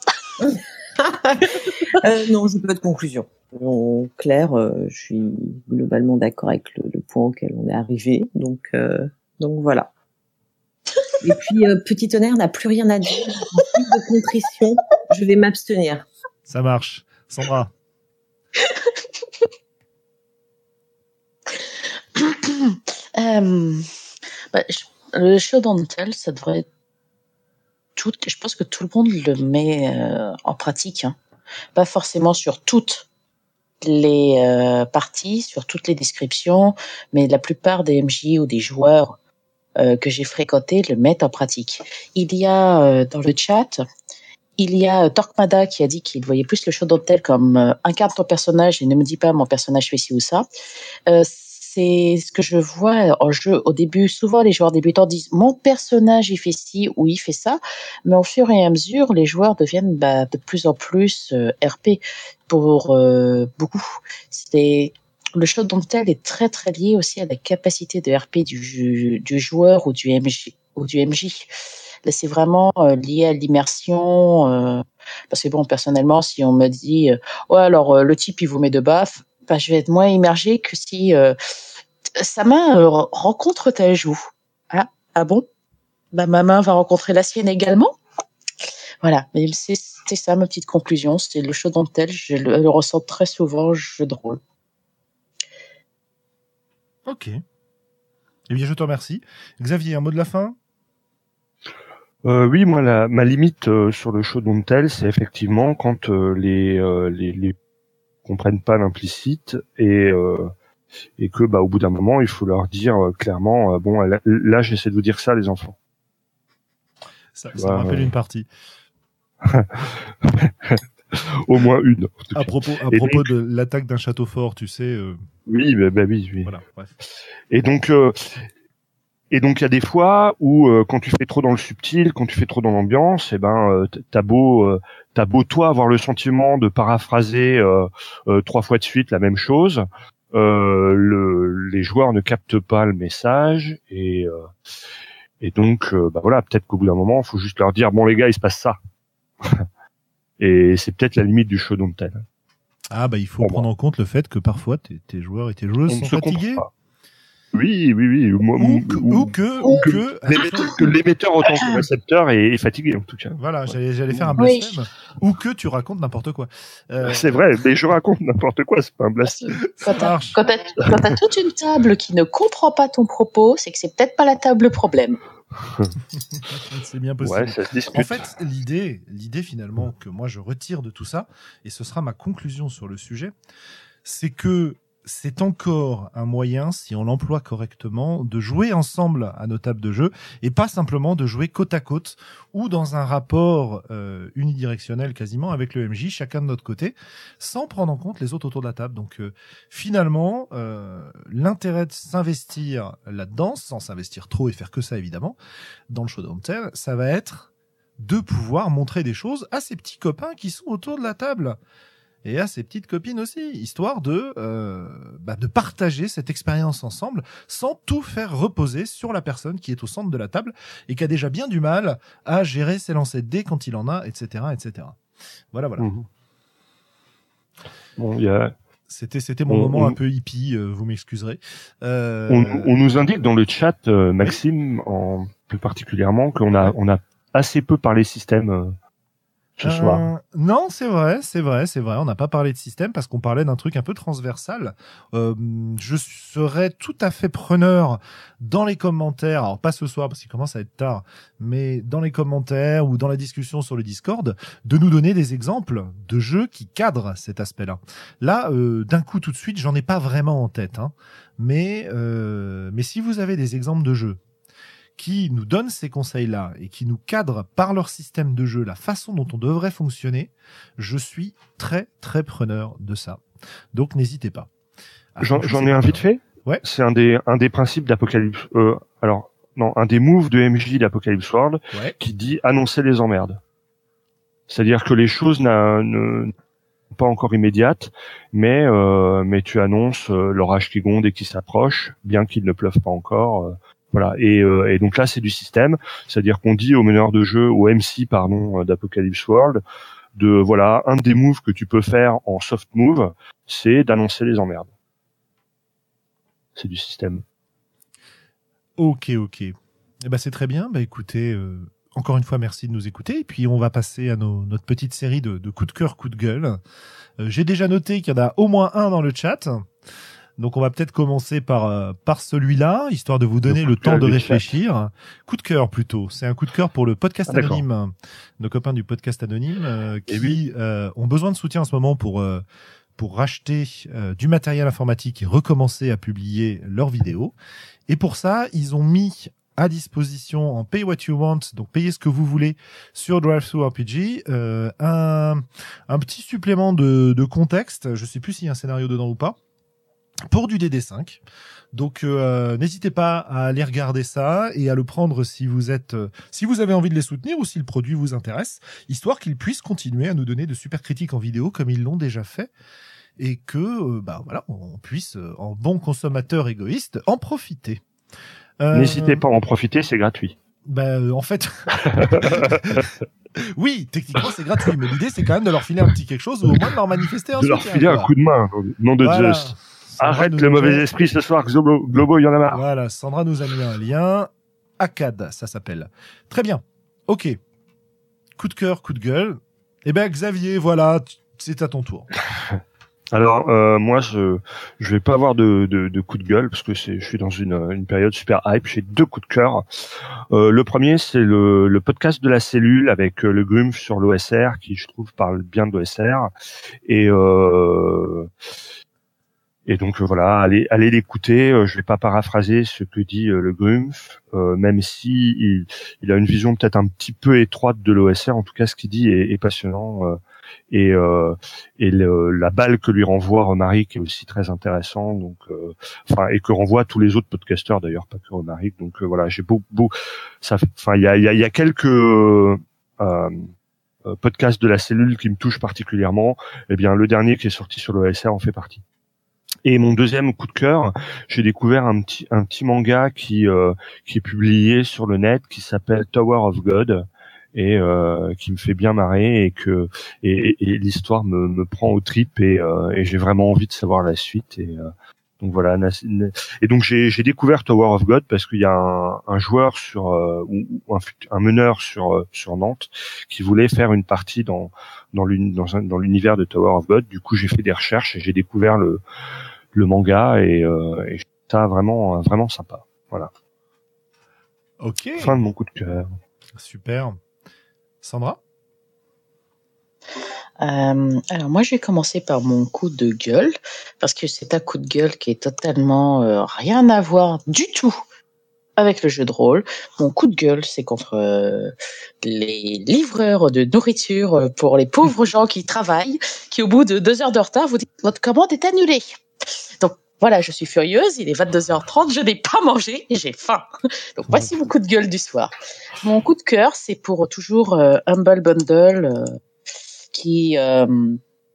euh, non, j'ai pas de conclusion. En clair, euh, je suis globalement d'accord avec le, le point auquel on est arrivé. Donc, euh, donc voilà. Et puis, euh, Petit Tonnerre n'a plus rien à dire. En plus de contrition, je vais m'abstenir. Ça marche. Sandra. euh, bah, je, le show don't tell, ça devrait être tout, je pense que tout le monde le met euh, en pratique, hein. Pas forcément sur toutes les euh, parties, sur toutes les descriptions, mais la plupart des M J ou des joueurs euh, que j'ai fréquentés le mettent en pratique. Il y a euh, dans le chat, il y a Torquemada qui a dit qu'il voyait plus le show don't tell comme euh, incarne ton personnage et ne me dis pas mon personnage fait ci ou ça. Euh, c'est ce que je vois en jeu au début. Souvent, les joueurs débutants disent mon personnage il fait ci ou il fait ça, mais au fur et à mesure, les joueurs deviennent bah, de plus en plus euh, R P pour euh, beaucoup. C'est le show don't tell est très très lié aussi à la capacité de R P du, du joueur ou du M J ou du M J. Là, c'est vraiment euh, lié à l'immersion. Euh, parce que bon, personnellement, si on me dit euh, ouais alors euh, le type il vous met de baffe, bah, je vais être moins immergé que si euh, sa main euh, rencontre ta joue. Ah, ah bon? Bah, ma main va rencontrer la sienne également. Voilà, mais c'est, c'est ça ma petite conclusion. C'est le show don't tell, je le, le ressens très souvent en jeu de rôle. Ok. Eh bien, je te remercie. Xavier, un mot de la fin? Euh, oui, moi, la, ma limite euh, sur le show don't tell, c'est effectivement quand euh, les, euh, les les comprennent pas l'implicite et euh, et que bah au bout d'un moment, il faut leur dire euh, clairement, euh, bon, là, là, j'essaie de vous dire ça, les enfants. Ça, ça me rappelle euh... une partie. Au moins une. À propos, à propos donc, de l'attaque d'un château fort, tu sais. Euh... Oui, bah, bah oui, oui. Voilà. Bref. Et donc. Euh, Et donc il y a des fois où euh, quand tu fais trop dans le subtil, quand tu fais trop dans l'ambiance, eh ben euh, t'as beau euh, t'as beau toi avoir le sentiment de paraphraser euh, euh, trois fois de suite la même chose, euh, le, les joueurs ne captent pas le message et euh, et donc euh, bah voilà, peut-être qu'au bout d'un moment, il faut juste leur dire bon les gars, il se passe ça. Et c'est peut-être la limite du show don't tell. Ah bah il faut bon, prendre bon. en compte le fait que parfois tes, tes joueurs et tes joueuses On sont fatigués. Oui, oui, oui. Moi, ou, que, ou, ou que, ou que, que, l'émetteur, que l'émetteur autant que le récepteur est, est fatigué en tout cas. Voilà, ouais. j'allais, j'allais faire un blasphème. Oui. Ou que tu racontes n'importe quoi. Euh... C'est vrai, mais je raconte n'importe quoi, c'est pas un blasphème. Quand t'as, quand, t'as, quand t'as toute une table qui ne comprend pas ton propos, c'est que c'est peut-être pas la table le problème. C'est bien possible. Ouais, ça se discute. En fait, l'idée, l'idée finalement que moi je retire de tout ça, et ce sera ma conclusion sur le sujet, c'est que c'est encore un moyen, si on l'emploie correctement, de jouer ensemble à nos tables de jeu et pas simplement de jouer côte à côte ou dans un rapport euh, unidirectionnel quasiment avec le M J, chacun de notre côté, sans prendre en compte les autres autour de la table. Donc euh, finalement, euh, l'intérêt de s'investir là-dedans, sans s'investir trop et faire que ça évidemment, dans le show don't tell, ça va être de pouvoir montrer des choses à ces petits copains qui sont autour de la table. et à ses petites copines aussi, histoire de euh, bah, de partager cette expérience ensemble sans tout faire reposer sur la personne qui est au centre de la table et qui a déjà bien du mal à gérer ses lancers de dés quand il en a, et cetera, et cetera. Voilà, voilà. Mmh. Bon, il y a... C'était, c'était mon on, moment on... un peu hippie, euh, vous m'excuserez. Euh... On, on nous indique dans le chat, euh, Maxime, en plus particulièrement, qu'on a, on a assez peu parlé système euh, ce euh, soir. Non, c'est vrai, c'est vrai, c'est vrai. On n'a pas parlé de système parce qu'on parlait d'un truc un peu transversal. Euh, je serais tout à fait preneur dans les commentaires, alors pas ce soir parce qu'il commence à être tard, mais dans les commentaires ou dans la discussion sur le Discord, de nous donner des exemples de jeux qui cadrent cet aspect-là. Là, euh, d'un coup, tout de suite, j'en ai pas vraiment en tête, hein. Mais euh, mais si vous avez des exemples de jeux qui nous donnent ces conseils-là et qui nous cadrent par leur système de jeu la façon dont on devrait fonctionner, je suis très très preneur de ça. Donc n'hésitez pas. Ah, j'en, j'en ai un vite fait. Ouais. C'est un des un des principes d'Apocalypse. Euh, alors non, un des moves de M J d'Apocalypse World ouais. qui dit annoncer les emmerdes. C'est-à-dire que les choses n'a, ne pas encore immédiates, mais euh, mais tu annonces euh, l'orage qui gronde et qui s'approche, bien qu'il ne pleuve pas encore. Euh, Voilà, et, euh, et donc là c'est du système, c'est-à-dire qu'on dit au meneur de jeu, au M C pardon d'Apocalypse World, de voilà un des moves que tu peux faire en soft move, c'est d'annoncer les emmerdes. C'est du système. Ok, ok. Eh ben c'est très bien. Bah écoutez, euh, encore une fois merci de nous écouter. Et puis on va passer à nos, notre petite série de, de coups de cœur, coups de gueule. Euh, j'ai déjà noté qu'il y en a au moins un dans le chat. Donc on va peut-être commencer par euh, par celui-là, histoire de vous donner le, le temps de réfléchir. Chat. Coup de cœur plutôt. C'est un coup de cœur pour le podcast ah, anonyme. D'accord. Nos copains du podcast anonyme euh, qui oui. euh, ont besoin de soutien en ce moment pour euh, pour racheter euh, du matériel informatique et recommencer à publier leurs vidéos. Et pour ça, ils ont mis à disposition en Pay What You Want, donc payez ce que vous voulez sur DriveThruRPG, euh, un un petit supplément de de contexte. Je sais plus s'il y a un scénario dedans ou pas. Pour du D D cinq. Donc euh, n'hésitez pas à aller regarder ça et à le prendre si vous êtes euh, si vous avez envie de les soutenir ou si le produit vous intéresse, histoire qu'ils puissent continuer à nous donner de super critiques en vidéo comme ils l'ont déjà fait et que euh, bah voilà, on puisse euh, en bon consommateur égoïste en profiter. Euh, N'hésitez pas à en profiter, c'est gratuit. Bah euh, en fait oui, techniquement c'est gratuit, mais l'idée c'est quand même de leur filer un petit quelque chose ou au moins de leur manifester un de soutien. De leur filer quoi. Un coup de main, nom de voilà. Zeus. Sandra Arrête le mauvais esprit ce soir, Globo, Globo, il y en a marre. Voilà, Sandra nous a mis un lien. Akkad, ça s'appelle. Très bien. Ok. Coup de cœur, coup de gueule. Eh ben Xavier, voilà, c'est à ton tour. Alors euh, moi, je je vais pas avoir de, de, de coup de gueule parce que c'est, je suis dans une, une période super hype. J'ai deux coups de cœur. Euh, le premier, c'est le, le podcast de la cellule avec le Grumpf sur l'O S R, qui je trouve parle bien de l'O S R. Et euh, Et donc euh, voilà, allez, allez l'écouter. Euh, je vais pas paraphraser ce que dit euh, le Grumpf, euh, même si il, il a une vision peut-être un petit peu étroite de l'O S R. En tout cas, ce qu'il dit est, est passionnant euh, et, euh, et le, la balle que lui renvoie Romaric est aussi très intéressant. Donc, euh, enfin, et que renvoient tous les autres podcasteurs d'ailleurs, pas que Romaric. Donc euh, voilà, j'ai beau, beau, ça, enfin, il y a, il y a, il y a quelques euh, euh, podcasts de la cellule qui me touchent particulièrement. Eh bien, le dernier qui est sorti sur l'O S R en fait partie. Et mon deuxième coup de cœur, j'ai découvert un petit un petit manga qui euh, qui est publié sur le net qui s'appelle Tower of God et euh, qui me fait bien marrer et que et, et, et l'histoire me me prend aux tripes et euh, et j'ai vraiment envie de savoir la suite et euh, donc voilà. Et donc j'ai j'ai découvert Tower of God parce qu'il y a un, un joueur sur euh, ou un, un meneur sur sur Nantes qui voulait faire une partie dans dans l'une dans, un, dans l'univers de Tower of God. Du coup j'ai fait des recherches et j'ai découvert le le manga et, euh, et ça vraiment vraiment sympa. Voilà. Ok. Fin de mon coup de cœur. Super. Sandra? Euh, alors moi je vais commencer par mon coup de gueule parce que c'est un coup de gueule qui est totalement euh, rien à voir du tout avec le jeu de rôle. Mon coup de gueule, c'est contre euh, les livreurs de nourriture pour les pauvres gens qui travaillent, qui au bout de deux heures de retard vous dites votre commande est annulée. Donc voilà, je suis furieuse, il est vingt-deux heures trente, je n'ai pas mangé et j'ai faim. Donc voici mon coup de gueule du soir. Mon coup de cœur, c'est pour toujours euh, Humble Bundle euh, qui, euh,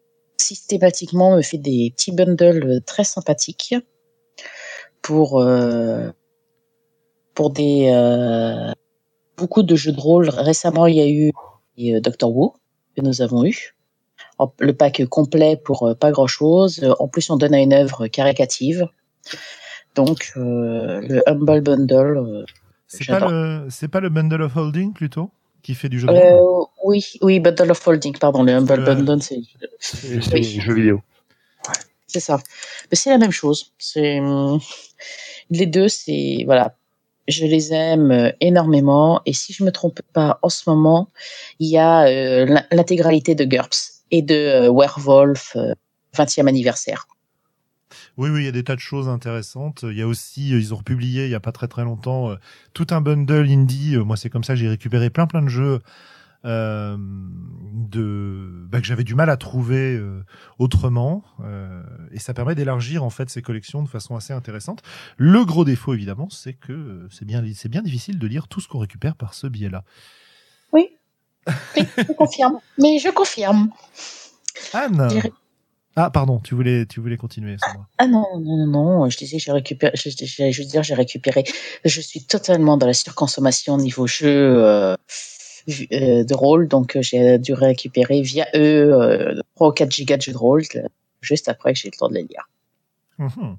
systématiquement me fait des petits bundles très sympathiques pour euh, pour des euh, beaucoup de jeux de rôle. Récemment, il y a eu euh, Doctor Who que nous avons eu. Le pack complet pour euh, pas grand-chose. En plus, on donne à une œuvre caricative. Donc, euh, le Humble Bundle. Euh, c'est pas le, c'est pas le Bundle of Holding plutôt qui fait du jeu de euh, rôle. Oui, oui, Bundle of Holding. Pardon, le Humble euh, Bundle, c'est. C'est, c'est oui. jeux vidéo. C'est ça. Mais c'est la même chose. C'est les deux, c'est voilà. Je les aime énormément. Et si je me trompe pas, en ce moment, il y a euh, l'intégralité de GURPS et de euh, Werewolf euh, vingtième anniversaire. Oui, oui, il y a des tas de choses intéressantes. Il y a aussi, ils ont republié il y a pas très très longtemps euh, tout un bundle indie. Moi, c'est comme ça que j'ai récupéré plein plein de jeux euh, de bah, que j'avais du mal à trouver euh, autrement. Euh, et ça permet d'élargir en fait ces collections de façon assez intéressante. Le gros défaut, évidemment, c'est que c'est bien, c'est bien difficile de lire tout ce qu'on récupère par ce biais-là. Oui, oui, je confirme. Mais je confirme. Anne. Ah, pardon, tu voulais, tu voulais continuer, Sandra. Ah non, non, non, non, je disais que j'ai récupéré, je, je, je veux dire, j'ai récupéré, je suis totalement dans la surconsommation niveau jeu euh, euh, de rôle, donc j'ai dû récupérer via eux euh, trois ou quatre gigas de jeux de rôle, juste après que j'ai eu le temps de les lire. Mmh.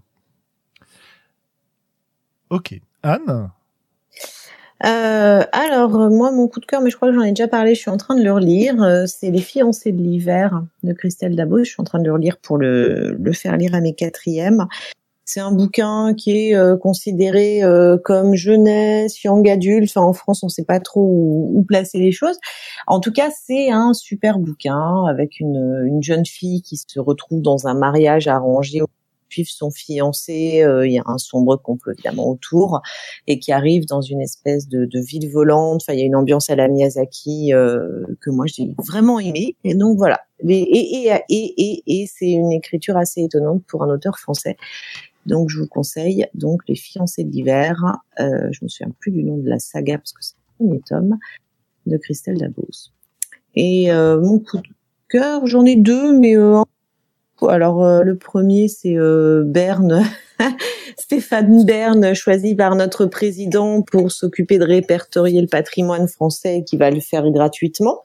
Ok. Anne? Euh, alors, moi, mon coup de cœur, mais je crois que j'en ai déjà parlé, je suis en train de le relire, euh, c'est Les fiancées de l'hiver de Christelle Dabos. Je suis en train de le relire pour le, le faire lire à mes quatrièmes. C'est un bouquin qui est euh, considéré euh, comme jeunesse, young adulte. Enfin, en France, on sait pas trop où, où placer les choses. En tout cas, c'est un super bouquin avec une, une jeune fille qui se retrouve dans un mariage arrangé suivre son fiancé, euh, il y a un sombre complot évidemment autour, et qui arrive dans une espèce de, de ville volante. Enfin, il y a une ambiance à la Miyazaki euh, que moi j'ai vraiment aimé. Et donc voilà. Les, et, et, et, et, et c'est une écriture assez étonnante pour un auteur français. Donc je vous conseille donc Les fiancées de l'hiver. Euh, je me souviens plus du nom de la saga parce que c'est le premier tome de Christelle Dabos. Et euh, mon coup de cœur, j'en ai deux, mais euh, alors euh, le premier c'est euh, Berne, Stéphane Bern, choisi par notre président pour s'occuper de répertorier le patrimoine français et qui va le faire gratuitement.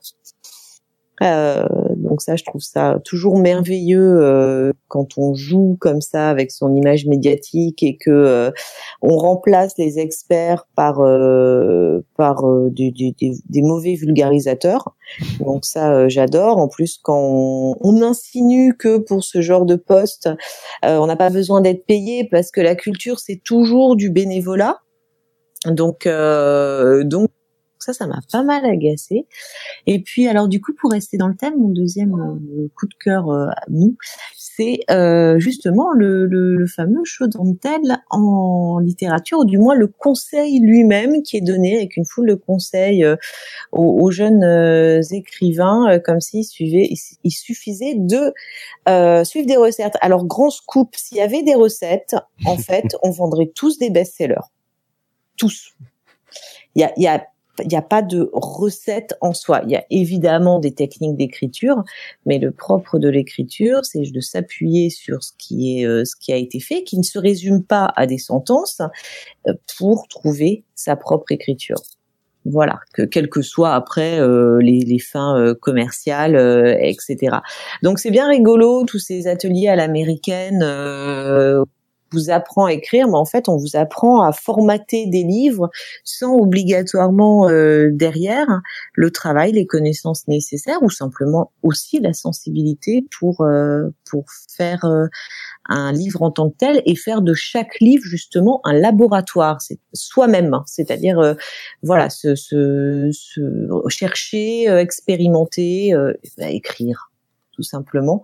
Euh, donc ça, je trouve ça toujours merveilleux euh, quand on joue comme ça avec son image médiatique et que euh, on remplace les experts par euh, par euh, des, des, des mauvais vulgarisateurs. Donc ça, euh, j'adore. En plus, quand on, on insinue que pour ce genre de poste, euh, on n'a pas besoin d'être payé parce que la culture c'est toujours du bénévolat. Donc euh, donc ça, ça m'a pas mal agacée. Et puis, alors du coup, pour rester dans le thème, mon deuxième euh, coup de cœur euh, à nous, c'est euh, justement le, le, le fameux show d'Antel en littérature, ou du moins le conseil lui-même qui est donné avec une foule de conseils euh, aux, aux jeunes euh, écrivains, euh, comme s'il suivait, il, il suffisait de euh, suivre des recettes. Alors, grand scoop, s'il y avait des recettes, en fait, on vendrait tous des best-sellers. Tous. Il y a, il y a Il n'y a pas de recette en soi. Il y a évidemment des techniques d'écriture, mais le propre de l'écriture, c'est de s'appuyer sur ce qui est, euh, ce qui a été fait, qui ne se résume pas à des sentences, euh, pour trouver sa propre écriture. Voilà, que quelles que soient après euh, les, les fins euh, commerciales, euh, et cetera. Donc c'est bien rigolo tous ces ateliers à l'américaine. Euh, vous apprend à écrire, mais en fait, on vous apprend à formater des livres sans obligatoirement euh, derrière le travail, les connaissances nécessaires ou simplement aussi la sensibilité pour euh, pour faire euh, un livre en tant que tel et faire de chaque livre justement un laboratoire, c'est soi-même, hein, c'est-à-dire euh, voilà, se, se, se chercher, euh, expérimenter, euh, bah, écrire. Tout simplement.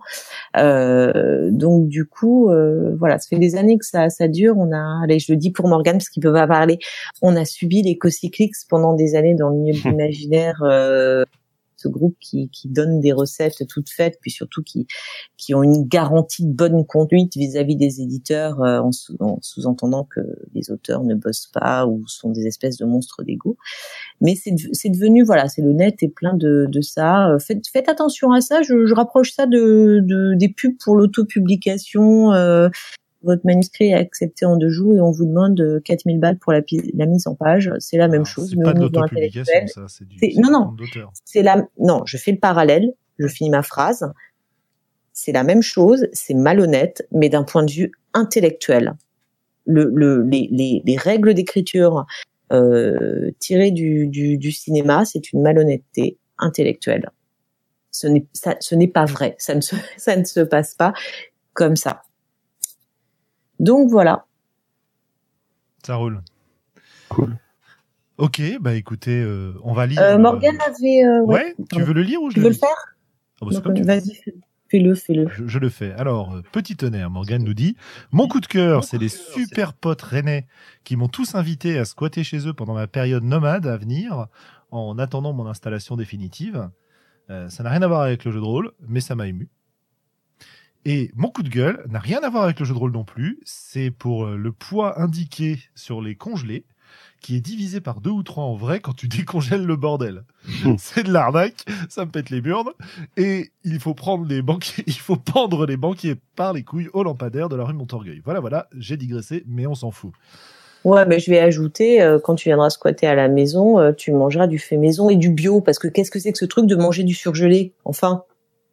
Euh, donc du coup, euh, voilà, ça fait des années que ça, ça dure. On a, allez, je le dis pour Morgane parce qu'il peut pas parler. On a subi l'éco-cyclix pendant des années dans le milieu de l'imaginaire. Euh, ce groupe qui, qui donne des recettes toutes faites, puis surtout qui, qui ont une garantie de bonne conduite vis-à-vis des éditeurs, euh, en, sous, en sous-entendant que les auteurs ne bossent pas ou sont des espèces de monstres d'ego. Mais c'est, c'est devenu, voilà, c'est le net est plein de, de ça. Faites, faites attention à ça. Je, je rapproche ça de, de des pubs pour l'autopublication. Euh, votre manuscrit est accepté en deux jours et on vous demande quatre mille balles pour la, la mise en page. C'est la même Alors, chose. C'est mais pas au de niveau l'autopublication, intellectuel, ça, c'est du, c'est, c'est non, du non, compte d'auteur. c'est la, non, je fais le parallèle. Je finis ma phrase. C'est la même chose. C'est malhonnête, mais d'un point de vue intellectuel. Le, le, les, les, les règles d'écriture euh, tirées du, du, du cinéma, c'est une malhonnêteté intellectuelle. Ce n'est, ça, ce n'est pas vrai. Ça ne se, ça ne se passe pas comme ça. Donc voilà. Ça roule. Cool. Ok, bah écoutez, euh, on va lire. Euh, le- Morgane avait. Euh, Ouais, ouais, tu pardon. veux le lire ou je Tu le veux le lis faire? Ah bah, c'est Donc, comme tu veux. vas-y, fais- fais-le, fais-le. Je, je le fais. Alors, euh, petit tonnerre, Morgane nous dit « Mon coup de cœur, c'est les super potes rennais qui m'ont tous invité à squatter chez eux pendant ma période nomade à venir, en attendant mon installation définitive. Euh, ça n'a rien à voir avec le jeu de rôle, mais ça m'a ému. Et mon coup de gueule n'a rien à voir avec le jeu de rôle non plus. C'est pour euh, le poids indiqué sur les congelés, qui est divisé par deux ou trois en vrai quand tu décongèles le bordel. C'est de l'arnaque, ça me pète les burnes. Et il faut prendre les banquiers, il faut pendre les banquiers par les couilles au lampadaire de la rue Montorgueil. Voilà, voilà, j'ai digressé, mais on s'en fout. Ouais, mais je vais ajouter, euh, quand tu viendras squatter à la maison, euh, tu mangeras du fait maison et du bio, parce que qu'est-ce que c'est que ce truc de manger du surgelé, enfin?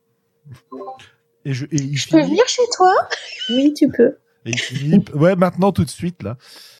Et je, et il Je peux finit, venir chez toi? Oui, tu peux. et il finit, ouais, maintenant tout de suite là.